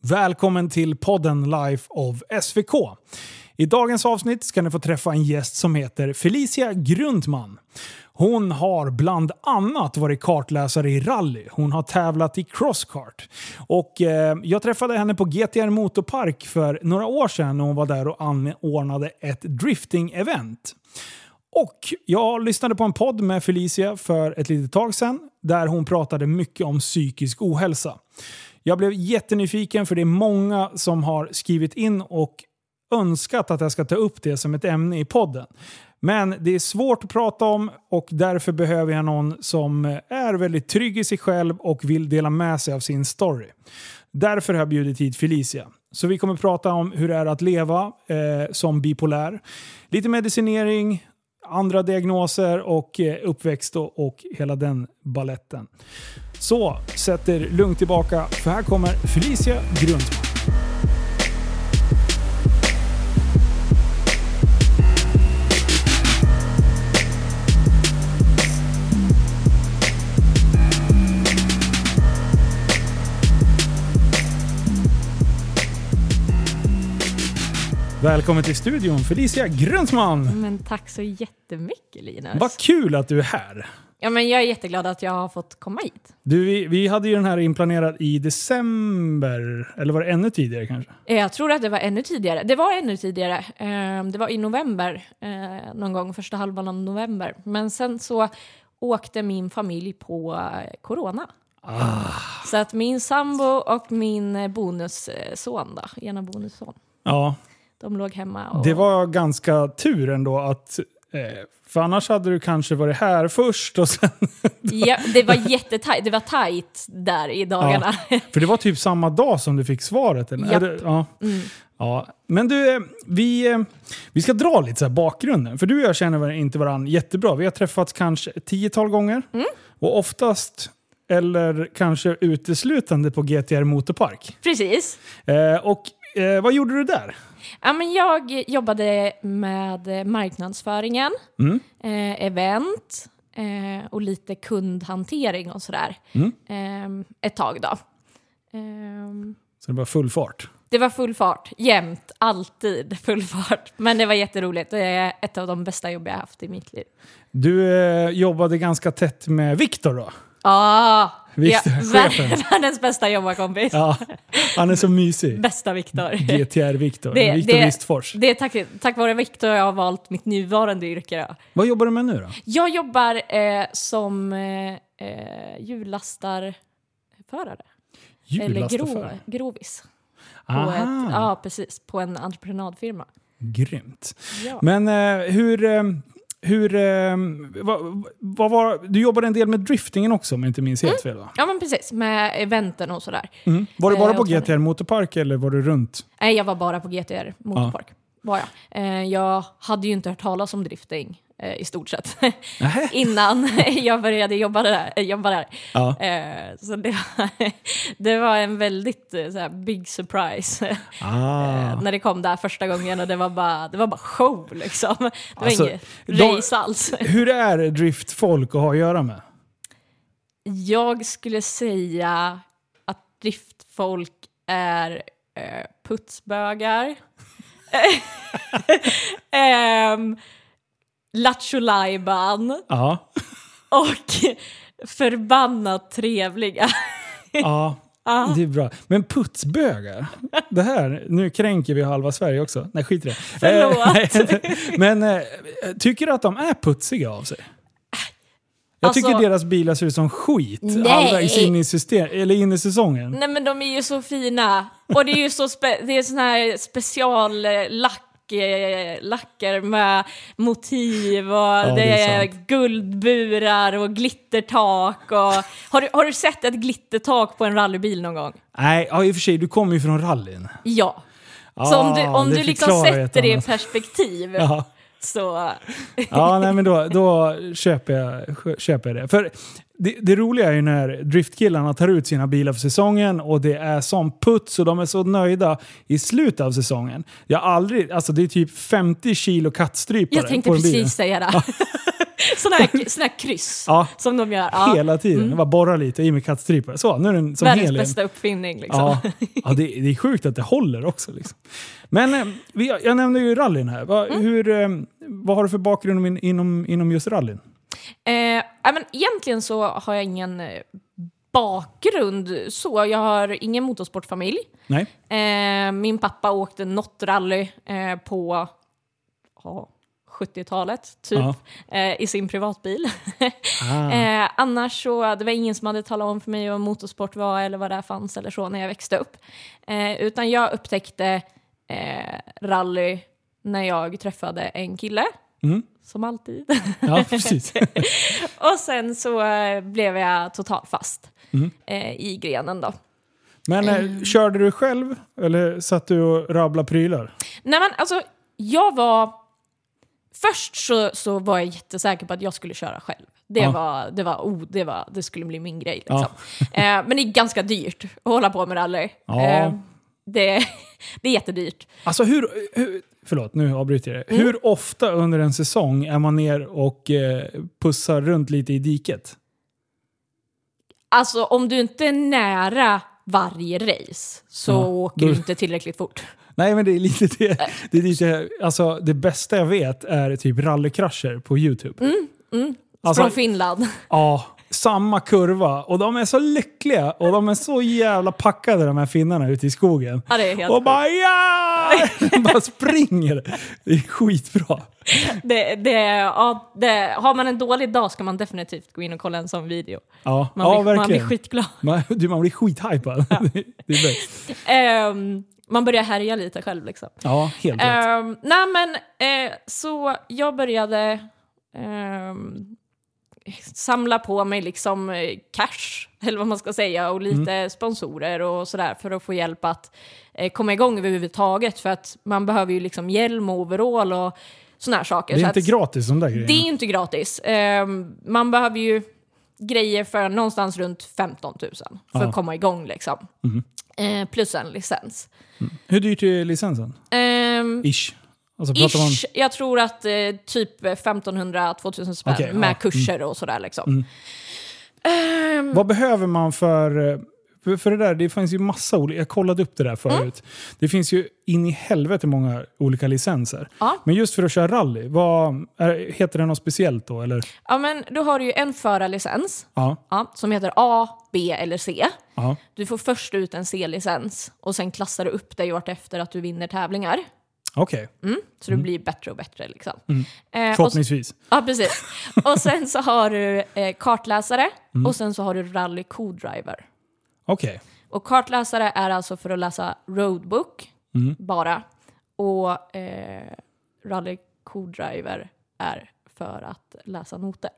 Välkommen till podden Life of SVK. I dagens avsnitt ska ni få träffa en gäst som heter Felicia Grundman. Hon har bland annat varit kartläsare i rally. Hon har tävlat i crosskart. Och jag träffade henne på GTR Motorpark för några år sedan när hon var där och anordnade ett drifting-event. Och jag lyssnade på en podd med Felicia för ett litet tag sedan där hon pratade mycket om psykisk ohälsa. Jag blev jättenyfiken för det är många som har skrivit in och önskat att jag ska ta upp det som ett ämne i podden. Men det är svårt att prata om och därför behöver jag någon som är väldigt trygg i sig själv och vill dela med sig av sin story. Därför har jag bjudit hit Felicia. Så vi kommer prata om hur det är att leva som bipolär. Lite medicinering, andra diagnoser och uppväxt och hela den balletten. Så sätter lugnt tillbaka för här kommer Felicia Grundman. Välkommen till studion, Felicia Grundman. Men tack så jättemycket, Linus. Vad kul att du är här. Ja, men jag är jätteglad att jag har fått komma hit. Du, vi hade ju den här inplanerad i december. Eller var det ännu tidigare kanske? Jag tror att det var ännu tidigare. Det var ännu tidigare. Det var i november. Någon gång första halvan av november. Men sen så åkte min familj på corona. Så att min sambo och min bonusson då, ena bonusson. Ja. De låg hemma. Och... Det var ganska tur ändå att... för annars hade du kanske varit här först och sen... Ja, det var jättetajt. Det var tajt där i dagarna. Ja, för det var typ samma dag som du fick svaret. Eller? Japp. Ja. Mm. Ja. Men du, vi ska dra lite så här bakgrunden. För du och jag känner inte varandra jättebra. Vi har träffats kanske 10-tal gånger. Mm. Och oftast... Eller kanske uteslutande på GTR Motorpark. Precis. Vad gjorde du där? Ja, men jag jobbade med marknadsföringen, event och lite kundhantering och sådär. Ett tag då. Så det var full fart? Det var full fart, jämt, alltid full fart. Men det var jätteroligt. Det är ett av de bästa jobb jag har haft i mitt liv. Du jobbade ganska tätt med Viktor då? Världens bästa jobbarkompis. Ja, han är så mysig. Bästa Viktor. GTR Viktor. Viktor Wistfors. Det är tack vare Viktor jag har valt mitt nuvarande yrke. Då. Vad jobbar du med nu då? Jag jobbar som hjulllastarförare. Eller grovis. Precis. På en entreprenadfirma. Grymt. Ja. Men vad var, du jobbade en del med driftingen också, om jag inte minns helt fel va? Ja, men precis, med eventen och sådär. Var du bara på GTR Motorpark eller var du runt? Nej, jag var bara på GTR Motorpark. Var jag. Jag hade ju inte hört talas om drifting i stort sett innan jag började jobba där. Ja. Så det var en väldigt så här, big surprise när det kom där första gången och det var bara show liksom. Det var inget race alls. Hur är driftfolk att ha att göra med? Jag skulle säga att driftfolk är putsbögar. Lattjolajban och förbannat trevliga. Ja, det är bra. Men putsbögar, det här, nu kränker vi halva Sverige också. Nej, skit i det. Förlåt. Men tycker du att de är putsiga av sig? Jag tycker deras bilar ser ut som skit. Halvvägs in i säsongen. Nej, men de är ju så fina. Och det är ju så det är sån här speciallacker med motiv och det är guldburar och glittertak och har du sett ett glittertak på en rallybil någon gång? Nej, i och för sig, du kommer ju från rallyn. Ja. Så om du liksom sätter det i perspektiv. Ja. Så nej, men då köper jag det. För det roliga är ju när driftkillarna tar ut sina bilar för säsongen och det är som puts och de är så nöjda i slutet av säsongen. Jag aldrig, alltså det är typ 50 kilo kattstrypare. Jag tänkte på en precis bil. säga det. Såna här kryss som de gör. Ja. Hela tiden. Bara borra lite i med kattstrypar. Så, nu är den som världens hel. bästa uppfinning. Liksom. Ja, det är sjukt att det håller också. Liksom. Men jag nämnde ju rallyn här. Vad har du för bakgrund inom just rallyn? Men egentligen så har jag ingen bakgrund så. Jag har ingen motorsportfamilj. Nej. Min pappa åkte något rally på 70-talet typ i sin privatbil. Annars så det var ingen som hade talat om för mig vad motorsport var eller vad det fanns eller så när jag växte upp. Utan jag upptäckte rally när jag träffade en kille. Som alltid. Ja, precis. Och sen så blev jag totalt fast i grenen då. Men körde du själv eller satt du och rabblade prylar? Nej men alltså, först så var jag jättesäker på att jag skulle köra själv. Det skulle bli min grej liksom. Men det är ganska dyrt att hålla på med rally. Det är jättedyrt. Alltså förlåt, nu avbryter jag det. Hur ofta under en säsong är man ner och pussar runt lite i diket? Alltså om du inte är nära varje race så åker du inte tillräckligt fort. Nej, men det är lite det. Alltså det bästa jag vet är typ rallykrascher på YouTube. Alltså, från Finland. Ja, samma kurva. Och de är så lyckliga. Och de är så jävla packade, de här finnarna ute i skogen. Ja, det är helt och bara de bara springer. Det är skitbra. Har man en dålig dag ska man definitivt gå in och kolla en sån video. Ja, man blir skitglad. Man blir skithypad. Ja. Det är bäst. Man börjar härja lite själv liksom. Ja, helt rätt. Så jag började samla på mig liksom cash, eller vad man ska säga, och lite sponsorer och sådär för att få hjälp att komma igång överhuvudtaget, för att man behöver ju liksom hjälm och overall och såna här saker. Det är inte gratis de där grejerna. Det är inte gratis. Man behöver ju grejer för någonstans runt 15 000 för att komma igång liksom. Plus en licens. Hur dyrt är licensen? Ish. Alltså, jag tror att typ 1500-2000 spänn med kurser och sådär liksom. Vad behöver man för det där? Det finns ju massa olika. Jag kollade upp det där förut. Det finns ju in i helvete många olika licenser. Men just för att köra rally, heter det något speciellt då? Eller? Ja, men då har du ju en förarlicens som heter A, B eller C. Du får först ut en C-licens och sen klassar du upp dig vart efter att du vinner tävlingar. Okej. Så det blir bättre och bättre liksom. Förhoppningsvis. Ja, precis. Och sen så har du kartläsare och sen så har du rally co-driver. Okej. Och kartläsare är alltså för att läsa roadbook bara. Och rally co-driver är för att läsa noter.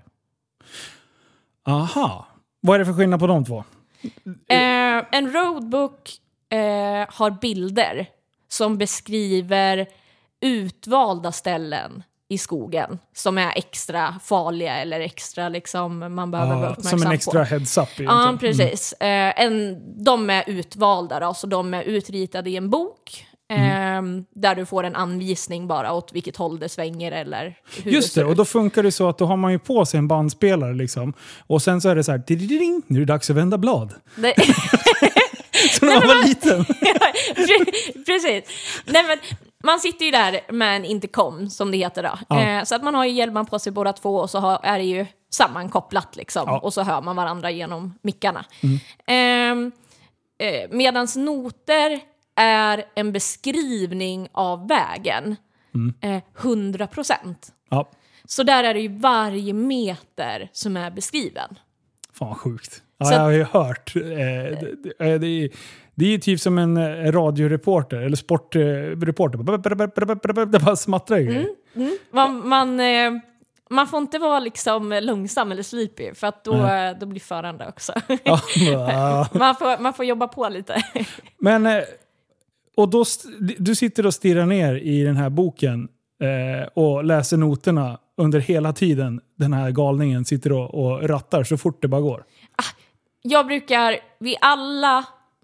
Aha. Vad är det för skillnad på de två? En roadbook har bilder som beskriver utvalda ställen i skogen som är extra farliga eller extra liksom man behöver vara uppmärksam på. Som en extra heads-up. Ja, precis. De är utvalda då, så de är utritade i en bok där du får en anvisning bara åt vilket håll det svänger eller hur just det, och då funkar det så att då har man ju på sig en bandspelare liksom. Och sen så är det så här, nu är det dags att vända blad. Så när man var liten. Precis. Nej, men man sitter ju där med en intercom som det heter då. Så att man har ju hjälmen på sig båda två och så är det ju sammankopplat liksom. Och så hör man varandra genom mickarna. Medans noter är en beskrivning av vägen. 100%. Ja. Så där är det ju varje meter som är beskriven. Fan vad sjukt. Ja, jag har ju hört. Det är ju typ som en radioreporter eller sportreporter. Det bara smattrar ju. Man får inte vara liksom långsam eller sleepy för att då blir förande också. Man får jobba på lite. Men och då du sitter och stirrar ner i den här boken och läser noterna under hela tiden den här galningen sitter och rattar så fort det bara går. Jag brukar vid alla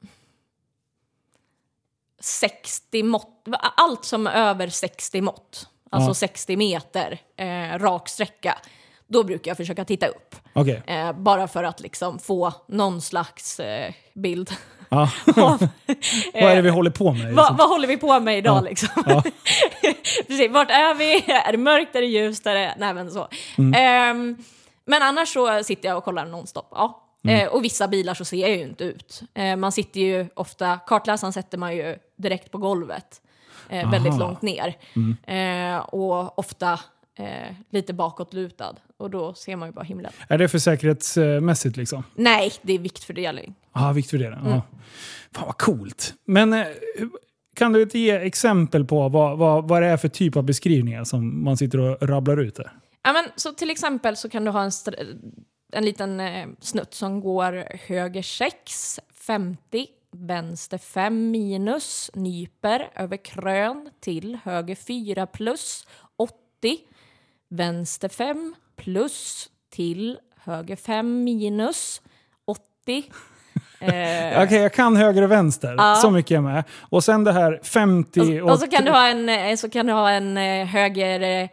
60 mått, allt som är över 60 mått, alltså 60 meter rak sträcka, då brukar jag försöka titta upp. Okay. Bara för att liksom få någon slags bild. Ja. Vad är det vi håller på med? Vad håller vi på med idag liksom? Ja. Precis, vart är vi? Är det mörkt? Är det ljust? Nej, men så. Men annars så sitter jag och kollar nonstop. Ja. Och vissa bilar så ser jag ju inte ut. Man sitter ju ofta, kartläsaren sätter man ju direkt på golvet. Väldigt långt ner. Och ofta lite bakåtlutad. Och då ser man ju bara himlen. Är det för säkerhetsmässigt liksom? Nej, det är viktfördelning. Ja, viktfördelning. Ja. Fan vad coolt. Men kan du inte ge exempel på vad det är för typ av beskrivningar som man sitter och rabblar ut där? Ja, men så till exempel så kan du ha en liten snutt som går höger 6, 50, vänster 5 minus, nyper över krön till höger 4 plus, 80, vänster 5 plus till höger 5 minus, 80. Okej, jag kan höger och vänster. Så mycket är med. Och sen det här 50 och så kan du ha en höger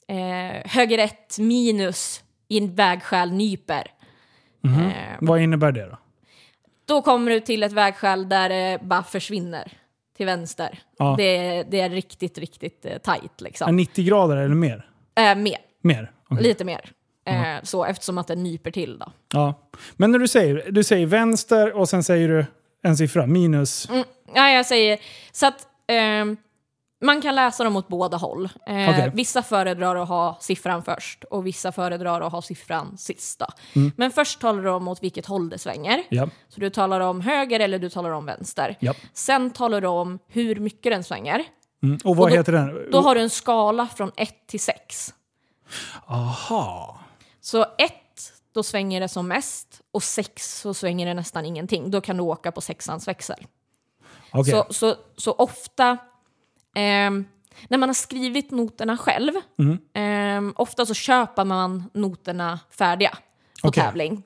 1 minus i en vägskäl nyper. Vad innebär det då? Då kommer du till ett vägskäl där det bara försvinner till vänster. Ja. Det är riktigt, riktigt tajt liksom. 90 grader eller mer? Mer. Okay. Lite mer. Så eftersom att det nyper till då. Ja. Men när du säger vänster och sen säger du en siffra, minus. Ja, jag säger så att man kan läsa dem åt båda håll. Okay. Vissa föredrar att ha siffran först och vissa föredrar att ha siffran sist då. Men först talar du om åt vilket håll det svänger. Yep. Så du talar om höger eller du talar om vänster. Yep. Sen talar du om hur mycket den svänger. Och vad heter den? Då har du en skala från 1 till 6. Aha. Så 1, då svänger det som mest. Och 6 så svänger det nästan ingenting. Då kan du åka på 6ans växel. Okay. Så ofta när man har skrivit noterna själv, ofta så köper man noterna färdiga på tävling.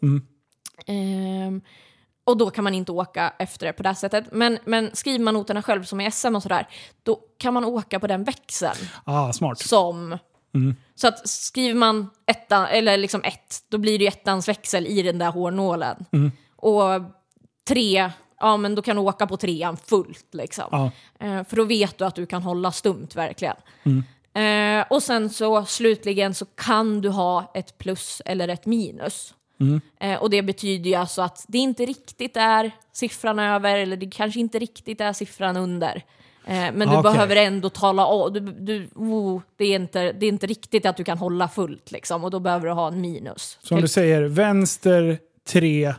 Och då kan man inte åka efter det på det sättet. Men skriver man noterna själv som i SM och sådär, då kan man åka på den växeln. Smart. Så att skriver man 1 eller liksom 1, då blir det ju 1ans växel i den där hårnålen. Och 3, ja men då kan du åka på 3an fullt liksom. För då vet du att du kan hålla stumt verkligen. Och sen så slutligen så kan du ha ett plus eller ett minus. Och det betyder ju alltså att det inte riktigt är siffran över eller det kanske inte riktigt är siffran under. Men du behöver ändå tala om, det är inte riktigt att du kan hålla fullt liksom, och då behöver du ha en minus. Så om du säger vänster 3,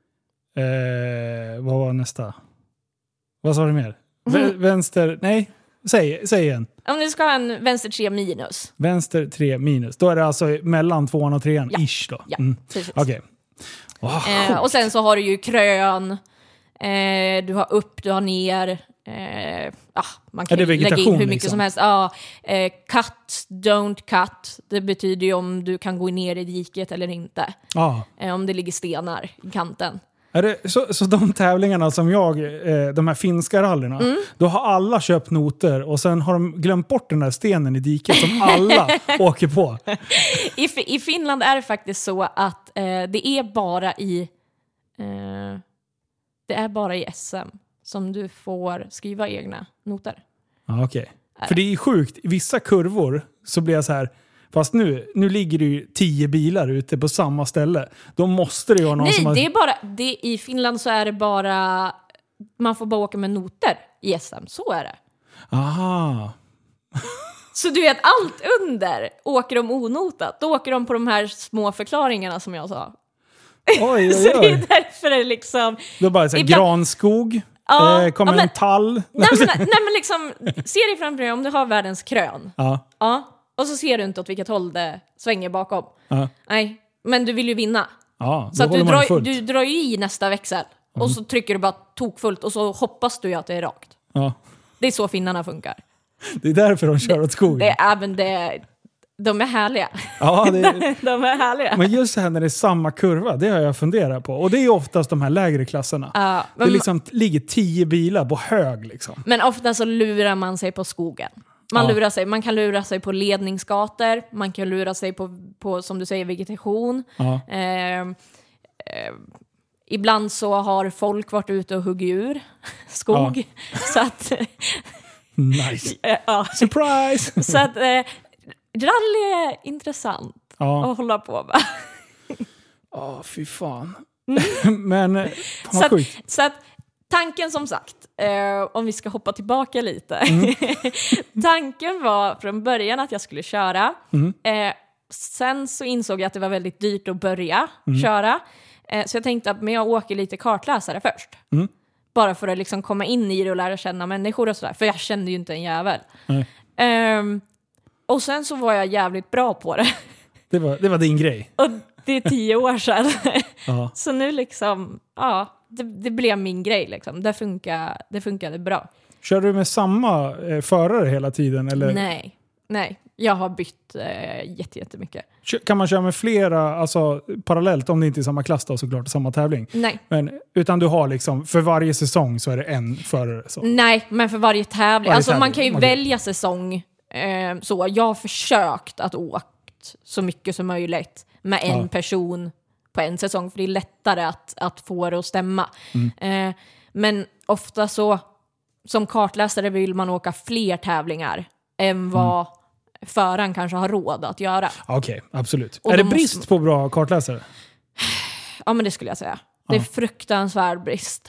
vad var nästa? Vad sa du mer? Vänster, nej, säg igen. Om du ska ha en vänster 3 minus. Vänster 3 minus, då är det alltså mellan 2an och 3an, ish då? Ja, precis. Okej. Och sen så har du ju krön, du har upp, du har ner. Man kan lägga in hur mycket liksom som helst. Cut, don't cut. Det betyder ju om du kan gå ner i diket eller inte. Om det ligger stenar i kanten. Är det, så de tävlingarna som de här finska rallyna, då har alla köpt noter och sen har de glömt bort den där stenen i diket som alla åker på. I Finland är det faktiskt så att det är bara i SM som du får skriva egna noter. Okej. För det är sjukt. I vissa kurvor så blir jag så här, fast nu ligger det ju 10 bilar ute på samma ställe. Då måste det ju vara någon som har... Nej, det är bara... I Finland så är det bara... Man får bara åka med noter i SM. Så är det. Aha. Så du vet, allt under åker de onotat. Då åker de på de här små förklaringarna som jag sa. Oj. Så det är därför det liksom... Då bara så här, granskog... kommer en tall. Nej men liksom, se dig framför dig om du har världens krön. Och så ser du inte åt vilket håll det svänger bakom. Nej, men du vill ju vinna. Så att du drar ju i nästa växel. Och så trycker du bara tokfullt och så hoppas du ju att det är rakt. Det är så finnarna funkar. Det är därför de kör åt skogen. De är härliga. De är härliga. Men just så här när det är samma kurva, det har jag funderat på. Och det är ju oftast de här lägre klasserna. Det liksom ligger 10 bilar på hög liksom. Men ofta så lurar man sig på skogen. Man lurar sig. Man kan lura sig på ledningsgator. Man kan lura sig på som du säger, vegetation. Ibland så har folk varit ute och huggit ur skog. Så att... Nice. Surprise! Så att rally är intressant att hålla på med. Fy fan. Men fan sjukt. Så att tanken som sagt, om vi ska hoppa tillbaka lite. Tanken var från början att jag skulle köra. Sen så insåg jag att det var väldigt dyrt att börja köra. Så jag tänkte att jag åker lite kartläsare först. Bara för att liksom komma in i det och lära känna människor och sådär. För jag kände ju inte en jävel. Och sen så var jag jävligt bra på det. Det var din grej. Och det är 10 år sedan. Så nu liksom, det blev min grej liksom. Det funkade bra. Kör du med samma förare hela tiden? Eller? Nej. Jag har bytt jättemycket. Kan man köra med flera, alltså parallellt, om det inte är samma klass då, såklart, samma tävling? Nej. Utan du har liksom, för varje säsong så är det en förare? Så. Nej, men för varje tävling. Man kan ju välja säsong. Så jag har försökt att åka så mycket som möjligt med en person på en säsong, för det är lättare att få det att stämma. Men ofta så, som kartläsare vill man åka fler tävlingar än vad föraren kanske har råd att göra. Okej, absolut. Och är det brist på bra kartläsare? Ja, men det skulle jag säga. Det är fruktansvärd brist.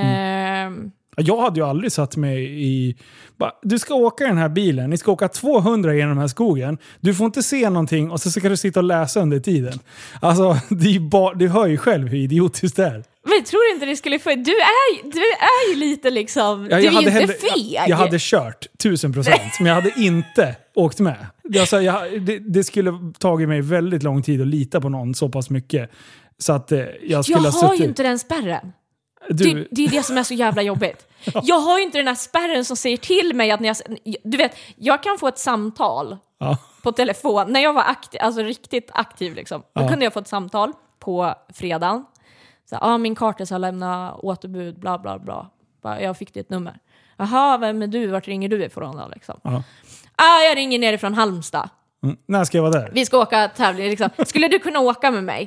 Jag hade ju aldrig satt mig i... Du ska åka den här bilen. Ni ska åka 200 genom den här skogen. Du får inte se någonting och så ska du sitta och läsa under tiden. Alltså, du hör ju själv hur idiotiskt det är. Men jag tror inte det skulle få... Du är ju lite liksom... Ja, du är ju inte feg. Jag hade kört 1000%, men jag hade inte åkt med. Alltså, det skulle tagit mig väldigt lång tid att lita på någon så pass mycket. Så att jag skulle jag har ju inte den spärren. Det är det som är så jävla jobbigt. Jag har ju inte den här spärren som säger till mig att när du vet, jag kan få ett samtal på telefon. När jag var aktiv, alltså riktigt aktiv liksom. Då kunde jag få ett samtal på fredagen. Så, min kartis har lämnat återbud, bla bla bla. Jag fick ditt nummer. Jaha, vem är du? Vart ringer du ifrån då liksom? Jag ringer nerifrån Halmstad. När ska jag vara där? Vi ska åka tävling liksom. Skulle du kunna åka med mig?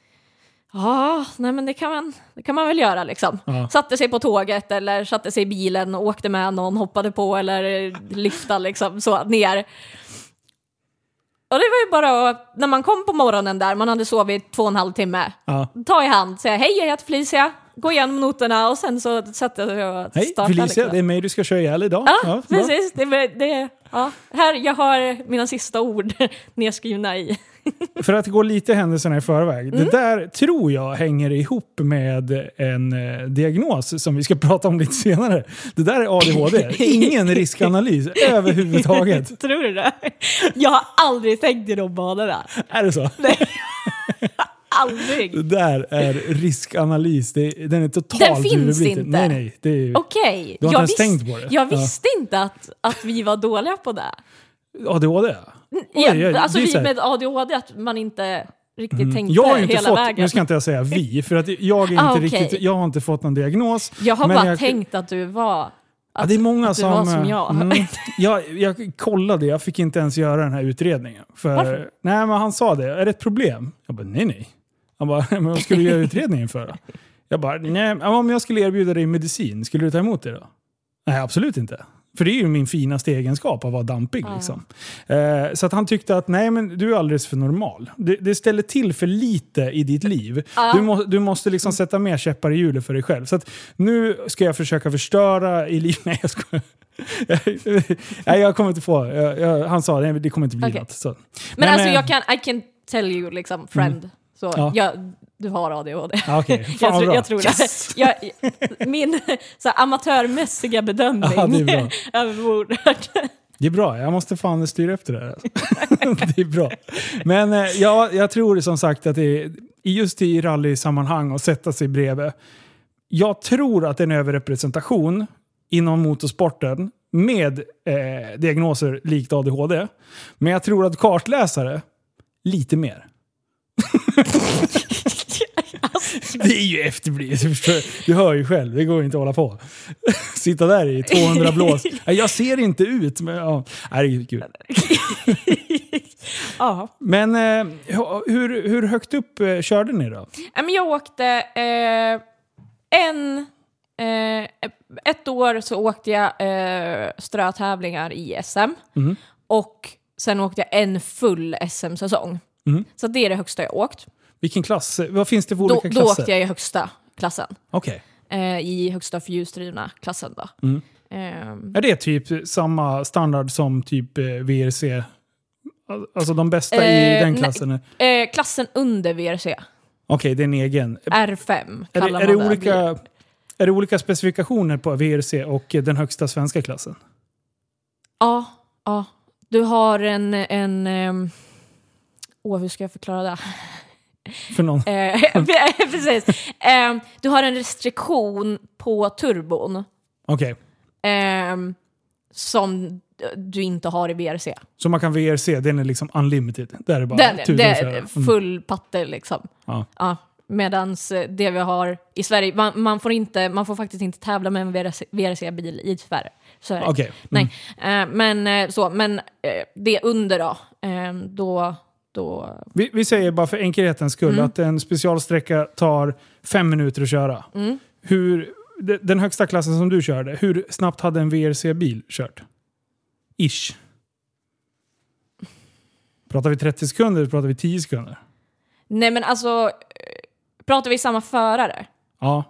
Nej men det kan man väl göra liksom. Satte sig på tåget eller satte sig i bilen och åkte med någon, hoppade på eller lyfta liksom så ner. Och det var ju bara när man kom på morgonen där, man hade sovit 2,5 timme. Ta i hand, säga hej, jag heter Felicia. Gå igenom noterna och sen så satte jag och startade. Hej Felicia, liksom. Det är mig du ska köra ihjäl idag. Ja, precis. Här, jag har mina sista ord nedskrivna i. För att gå lite händelserna i förväg. Det där tror jag hänger ihop med en diagnos som vi ska prata om lite senare. Det där är ADHD. Ingen riskanalys överhuvudtaget. Tror du det? Jag har aldrig tänkt i de banorna. Är det så? Nej. Aldrig. Det där är riskanalys. Den är totalt... Den finns inte. Nej. Okej. Du har inte ens tänkt på det. Jag visste inte att vi var dåliga på det. ADHD? Alltså vi med ADHD, att man inte riktigt tänkte jag har inte hela fått, vägen. Nu ska inte jag säga vi, för att jag är inte riktigt... Jag har inte fått någon diagnos. Jag har bara tänkt att du var... det är många att du var som jag. Jag kollade, jag fick inte ens göra den här utredningen. Varför? Nej, men han sa det. Är det ett problem? Jag bara, nej. Han bara, men vad skulle du göra utredningen för då? Jag bara, nej, om jag skulle erbjuda dig medicin, skulle du ta emot det då? Nej, absolut inte. För det är ju min finaste egenskap att vara dampig. Liksom. Så att han tyckte att nej, men du är alldeles för normal. Det ställer till för lite i ditt liv. Du måste liksom sätta mer käppar i hjulet för dig själv. Så att nu ska jag försöka förstöra i livet. Nej, jag skojar. Jag kommer inte få... han sa det kommer inte bli något. Så. Men alltså I can tell you liksom, friend. Så du har ADHD. Okay. jag tror yes. det. Min så här, amatörmässiga bedömning över bordet. Det är bra, jag måste fan styra efter det här. Det är bra. Men jag tror som sagt att det är just i rally-sammanhang och sätta sig bredvid. Jag tror att det är en överrepresentation inom motorsporten med diagnoser likt ADHD. Men jag tror att kartläsare lite mer. Det är ju efterblivet. Du hör ju själv, det går inte att hålla på. Sitta där i 200 blås. Jag ser inte ut, men ja. Herregud. Ja. Men hur högt upp körde ni då? Jag åkte ett år så åkte jag strötävlingar i SM. Mm. Och sen åkte jag en full SM-säsong. Mm. Så det är det högsta jag åkt. Vilken klass? Vad finns det för olika klasser? Då åkte jag i högsta klassen. Okej. I högsta förhjulsdrivna klassen då. Mm. Är det typ samma standard som typ VRC? Alltså de bästa i den klassen? Klassen under VRC. Okej, det är en egen. R5 kallar man det. Är det olika specifikationer på VRC och den högsta svenska klassen? Ja. Du har hur ska jag förklara det? För någon. Precis. Du har en restriktion på turbon. Okej. Som du inte har i VRC. Så man kan VRC, den är liksom unlimited. Där är det bara det är full patte liksom. Ja. Medans det vi har i Sverige, man får faktiskt inte tävla med en VRC-bil i Sverige. Så är det. Okay. Nej. Men det under då... Vi säger bara för enkelhetens skull att en specialsträcka tar 5 minuter att köra. Mm. Den högsta klassen som du körde, hur snabbt hade en VRC-bil kört? Ish. Pratar vi 30 sekunder eller pratar vi 10 sekunder? Nej, men alltså... Pratar vi samma förare? Ja.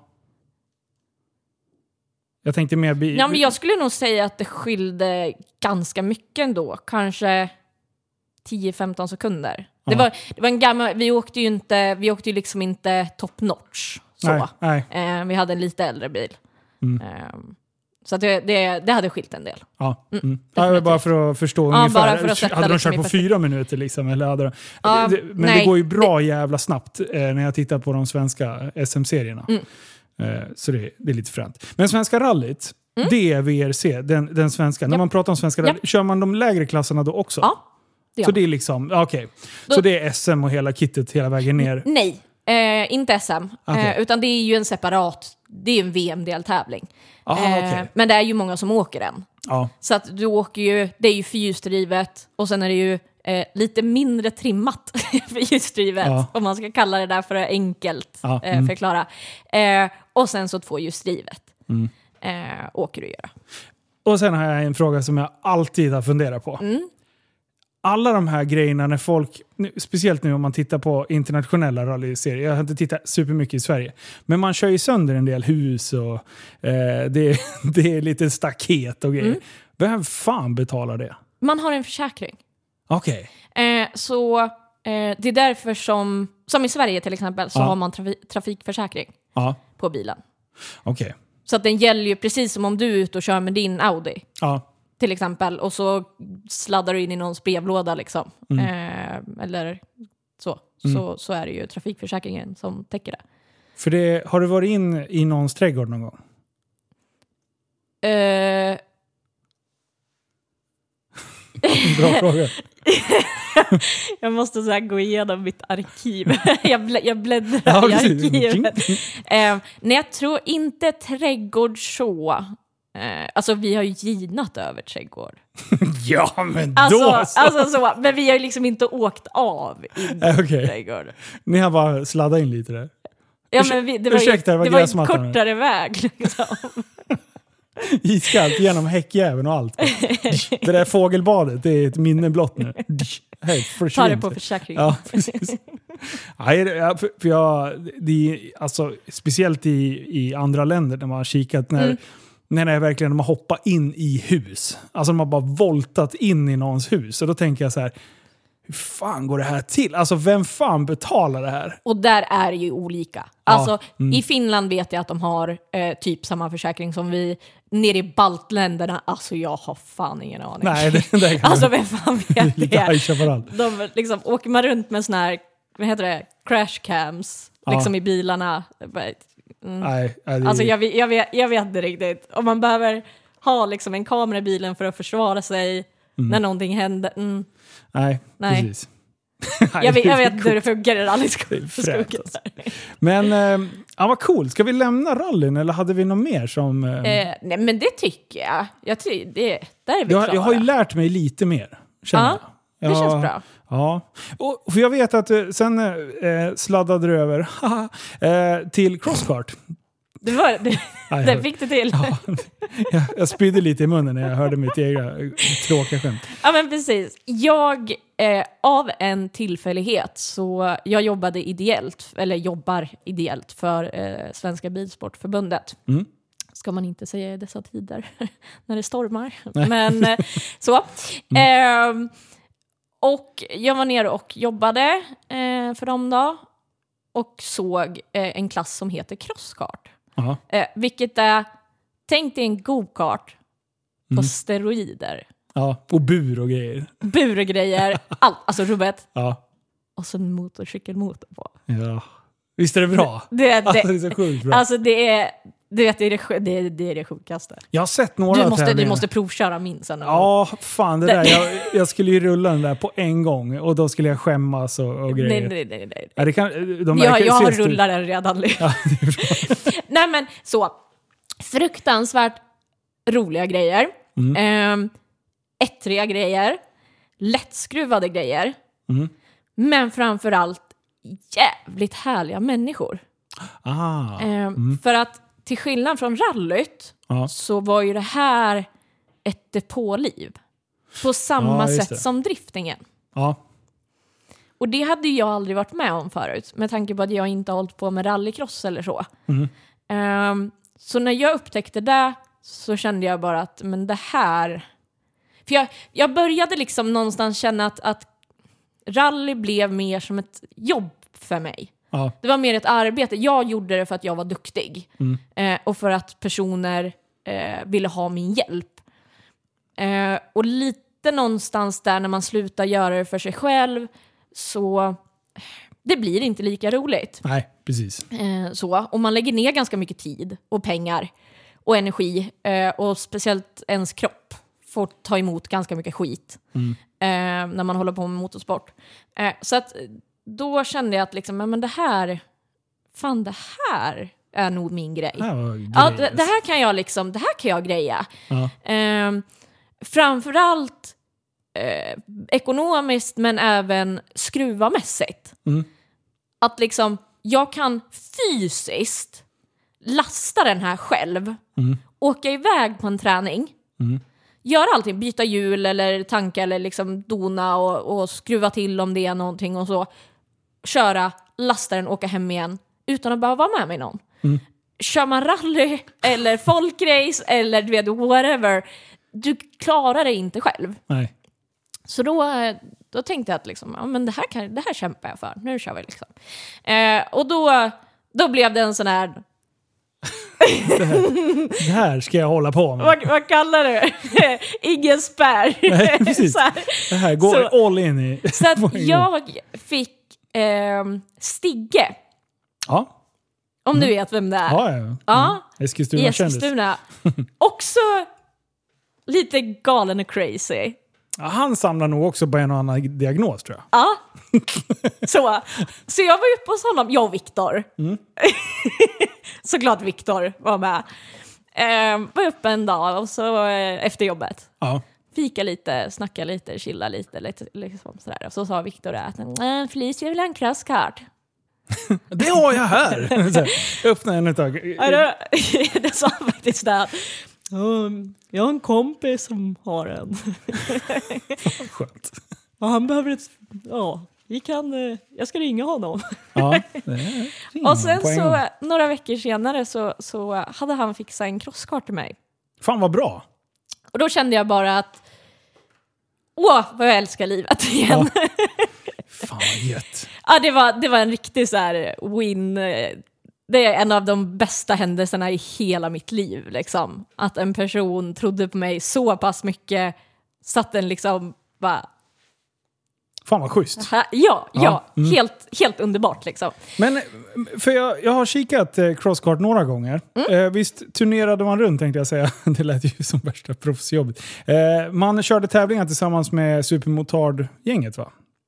Jag tänkte mer... Ja, men jag skulle nog säga att det skilde ganska mycket ändå. Kanske 10-15 sekunder. Det var en gammal... Vi åkte ju liksom inte top notch. Så. Nej. Vi hade en lite äldre bil. Så att det hade skilt en del. Ja. Ja, bara för att förstå ungefär. För att hade de kört på 4 minuter liksom? Eller hade de... det går ju bra jävla snabbt när jag tittar på de svenska SM-serierna. Så det är lite fränt. Men svenska rallyt, det är VRC, den svenska. När man pratar om svenska rallyt, kör man de lägre klasserna då också? Ja. Så det är liksom, okej. Så det är SM och hela kittet hela vägen ner? Nej, inte SM. Utan det är ju en separat, det är en VM-deltävling. Men det är ju många som åker den. Så att du åker ju, det är ju fyrhjulsdrivet och sen är det ju lite mindre trimmat fyrhjulsdrivet, om man ska kalla det där för att enkelt förklara. Och sen så 2-hjulsdrivet åker du göra. Och sen har jag en fråga som jag alltid har funderat på. Alla de här grejerna när folk, speciellt nu om man tittar på internationella rallyserier, jag har inte tittat supermycket i Sverige, men man kör ju sönder en del hus och det är lite staket och grejer. Vem fan betalar det? Man har en försäkring. Okej. Så det är därför som i Sverige till exempel så har man trafikförsäkring på bilen. Okej. Så att den gäller ju precis som om du är ute och kör med din Audi. Till exempel. Och så sladdar du in i någons brevlåda liksom. Eller så. Så är det ju trafikförsäkringen som täcker det. För det, har du varit in i någons trädgård någon gång? Bra fråga. Jag måste så här gå igenom mitt arkiv. jag bläddrar i arkivet. Nej, jag tror inte trädgård så. Alltså vi har ju ginat över trädgård. Ja, men då så. Men vi har ju liksom inte åkt av i trädgård. Ni har bara sladdat in lite där. Ja, men det var ju en kortare väg liksom. Iskallt genom häckjäveln och allt. Det där fågelbadet, det är ett minne blott nu. Ta det på försäkringen. Ja, precis. Alltså, speciellt i andra länder när man har kikat när det är verkligen de har hoppat in i hus. Alltså de har bara voltat in i någons hus. Och då tänker jag så här, hur fan går det här till? Alltså vem fan betalar det här? Och där är det ju olika. Alltså i Finland vet jag att de har typ samma försäkring som vi. Nere i baltländerna, alltså jag har fan ingen aning. Nej, det alltså vem fan vet det? De liksom, åker man runt med såna här, vad heter det? Crash cams liksom i bilarna. Nej, alltså jag vet inte riktigt. Om man behöver ha liksom en kamera i bilen för att försvara sig när någonting händer. Nej, precis. Jag vet hur det funkar i rallyskogen. Alltså. Men vad cool. Ska vi lämna rallyn eller hade vi något mer som... Nej, men det tycker jag. Där är vi klara. Jag har ju lärt mig lite mer. Ja, det känns bra. Ja, och för jag vet att sen sladdade du över till crosskart. Det fick du till. Ja, jag spydde lite i munnen när jag hörde mitt egna tråkiga skämt. Ja, men precis. Jag, av en tillfällighet, så jag jobbar ideellt för Svenska Bilsportförbundet. Mm. Ska man inte säga i dessa tider när det stormar. Nej. Men så. Och jag var nere och jobbade för dem då. Och såg en klass som heter crosskart. Vilket är, tänk dig en go-kart på steroider. Ja, och bur och grejer. Bur och grejer, alltså rubbet. Ja. Och så en motorcykelmotor på. Ja. Visst är det bra? Det är så sjukt bra. Alltså det är det sjukaste. Jag har sett några du måste provköra min sen. Ja, fan det där. Jag skulle ju rulla den där på en gång och då skulle jag skämmas och grejer. Nej. Ja, jag har rullat den redan. Ja, nej men så. Fruktansvärt roliga grejer. Ettriga grejer. Lättskruvade grejer. Men framförallt jävligt härliga människor. För att till skillnad från rallyt så var ju det här ett depåliv. På samma sätt som driftingen. Ja. Och det hade jag aldrig varit med om förut. Med tanke på att jag inte har hållit på med rallycross eller så. Så när jag upptäckte det så kände jag bara att men det här... För jag började liksom någonstans känna att rally blev mer som ett jobb för mig. Ja. Det var mer ett arbete. Jag gjorde det för att jag var duktig. Och för att personer ville ha min hjälp. Och lite någonstans där när man slutar göra det för sig själv så det blir inte lika roligt. Nej, precis. Så. Och man lägger ner ganska mycket tid och pengar och energi. Och speciellt ens kropp får ta emot ganska mycket skit när man håller på med motorsport. Så att då kände jag att liksom, men det här är nog min grej. Det här kan jag greja. Framförallt ekonomiskt men även skruvamässigt. Att liksom jag kan fysiskt lasta den här själv. Åka iväg på en träning. Göra allting, byta hjul eller tanka eller liksom dona och skruva till om det är någonting och så. Köra, lasta den, åka hem igen utan att behöva vara med mig någon. Kör man rally eller folkrace eller du vet, whatever, du klarar det inte själv. Nej. Så då tänkte jag att liksom, ja, men det här kämpar jag för. Nu kör vi liksom. Och då blev det en sån här det här ska jag hålla på med. Vad kallar du? Ingen spärr. Nej, precis. Det här går all in i. Så att jag fick Stigge. Ja. Om du vet vem det är. Ja. Eskilstuna. Också lite galen och crazy. Ja, han samlar nog också på en och annan diagnos, tror jag. Ja. Så jag var uppe hos honom. Jag och Viktor. Såklart Viktor var med. Var uppe en dag och så efter jobbet. Ja. Fika lite, snacka lite, chilla lite liksom sådär. Och så sa Viktor att Felicia vill ha en crosskart. Det har jag här. Öppna en ett tag. Det sa faktiskt det. Jag har en kompis som har en. Skönt. Ja, han behöver ett... Ja, jag ska ringa honom. Ja, och sen så några veckor senare så hade han fixat en crosskart till mig. Fan vad bra. Och då kände jag bara att vad jag älskar livet igen. Ja. Fan vad gött. Ja, det var en riktig så här win. Det är en av de bästa händelserna i hela mitt liv. Liksom. Att en person trodde på mig så pass mycket så att den liksom bara... Fan vad schysst. Ja. Helt underbart liksom. Men för jag har kikat crosskart några gånger. Visst turnerade man runt, tänkte jag säga. Det lät ju som värsta proffsjobbet. Man körde tävlingar tillsammans med Supermotard-gänget, va?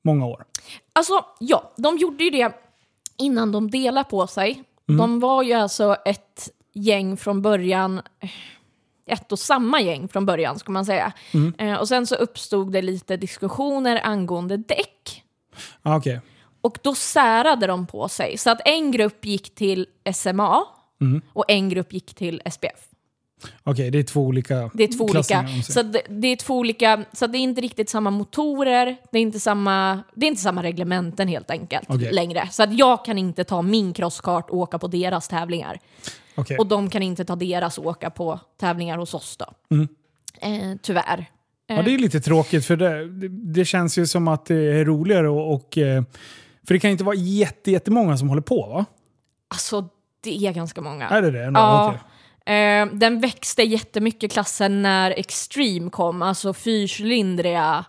många år. Alltså, ja, de gjorde ju det innan de delade på sig. De var ju alltså ett gäng från början, ett och samma gäng från början ska man säga. Och sen så uppstod det lite diskussioner angående däck. Okay. Och då särade de på sig. Så att en grupp gick till SMA och en grupp gick till SPF. Okej, det är två olika. Det är två olika. Så det är två olika. Så det är inte riktigt samma motorer. Det är inte samma reglementen helt enkelt längre. Så att jag kan inte ta min crosskart och åka på deras tävlingar. Okay. Och de kan inte ta deras och åka på tävlingar hos oss då. Tyvärr. Ja, det är lite tråkigt för det känns ju som att det är roligare och för det kan inte vara jättemånga som håller på, va? Alltså, det är ganska många. Är det? Ja. Okay. Den växte jättemycket klassen när Extreme kom. Alltså fyrcylindriga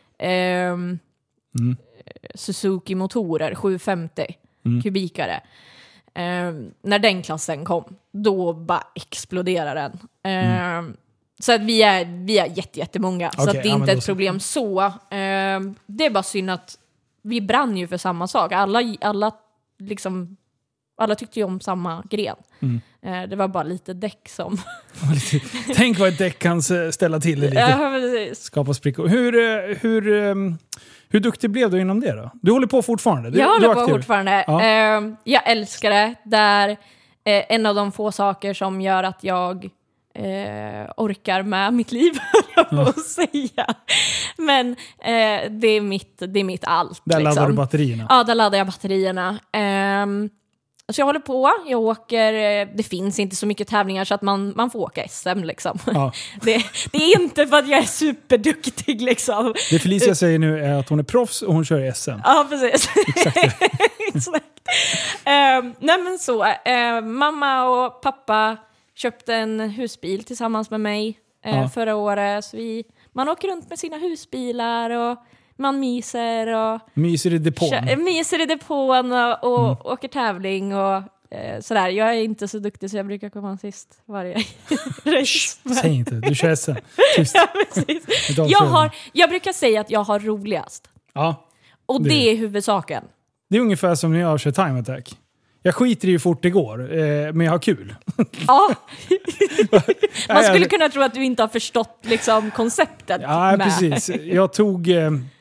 Suzuki-motorer, 750 kubikare. När den klassen kom, då bara exploderade den. Så att vi är jättemånga. Så att det är inte ett problem så. Det är bara synd att vi brann ju för samma sak. Alla tyckte ju om samma gren. Det var bara lite däck som... Tänk vad ett däck kan ställa till det lite. Skapa sprickor. Hur duktig blev du inom det då? Du håller på fortfarande? Jag håller på fortfarande. Ja. Jag älskar det. Det är en av de få saker som gör att jag orkar med mitt liv, jag får säga. Men det är mitt allt. Där laddar du batterierna? Ja, där laddar jag batterierna. Så jag håller på, jag åker, det finns inte så mycket tävlingar så att man får åka SM liksom. Ja. Det är inte för att jag är superduktig liksom. Det Felicia säger nu är att hon är proffs och hon kör SM. Ja, precis. Exakt. Exakt. Nej men så, mamma och pappa köpte en husbil tillsammans med mig förra året. Så man åker runt med sina husbilar och man myser i depån och åker tävling och sådär. Jag är inte så duktig så jag brukar komma sist varje race. Säg inte, du kör SM. Ja, precis. Jag brukar säga att jag har roligast. Ja. Och det är huvudsaken. Det är ungefär som när jag kör time attack. Jag skiter ju fort det går, men jag har kul. Ja. Man skulle kunna tro att du inte har förstått liksom, konceptet. Ja, precis. Jag tog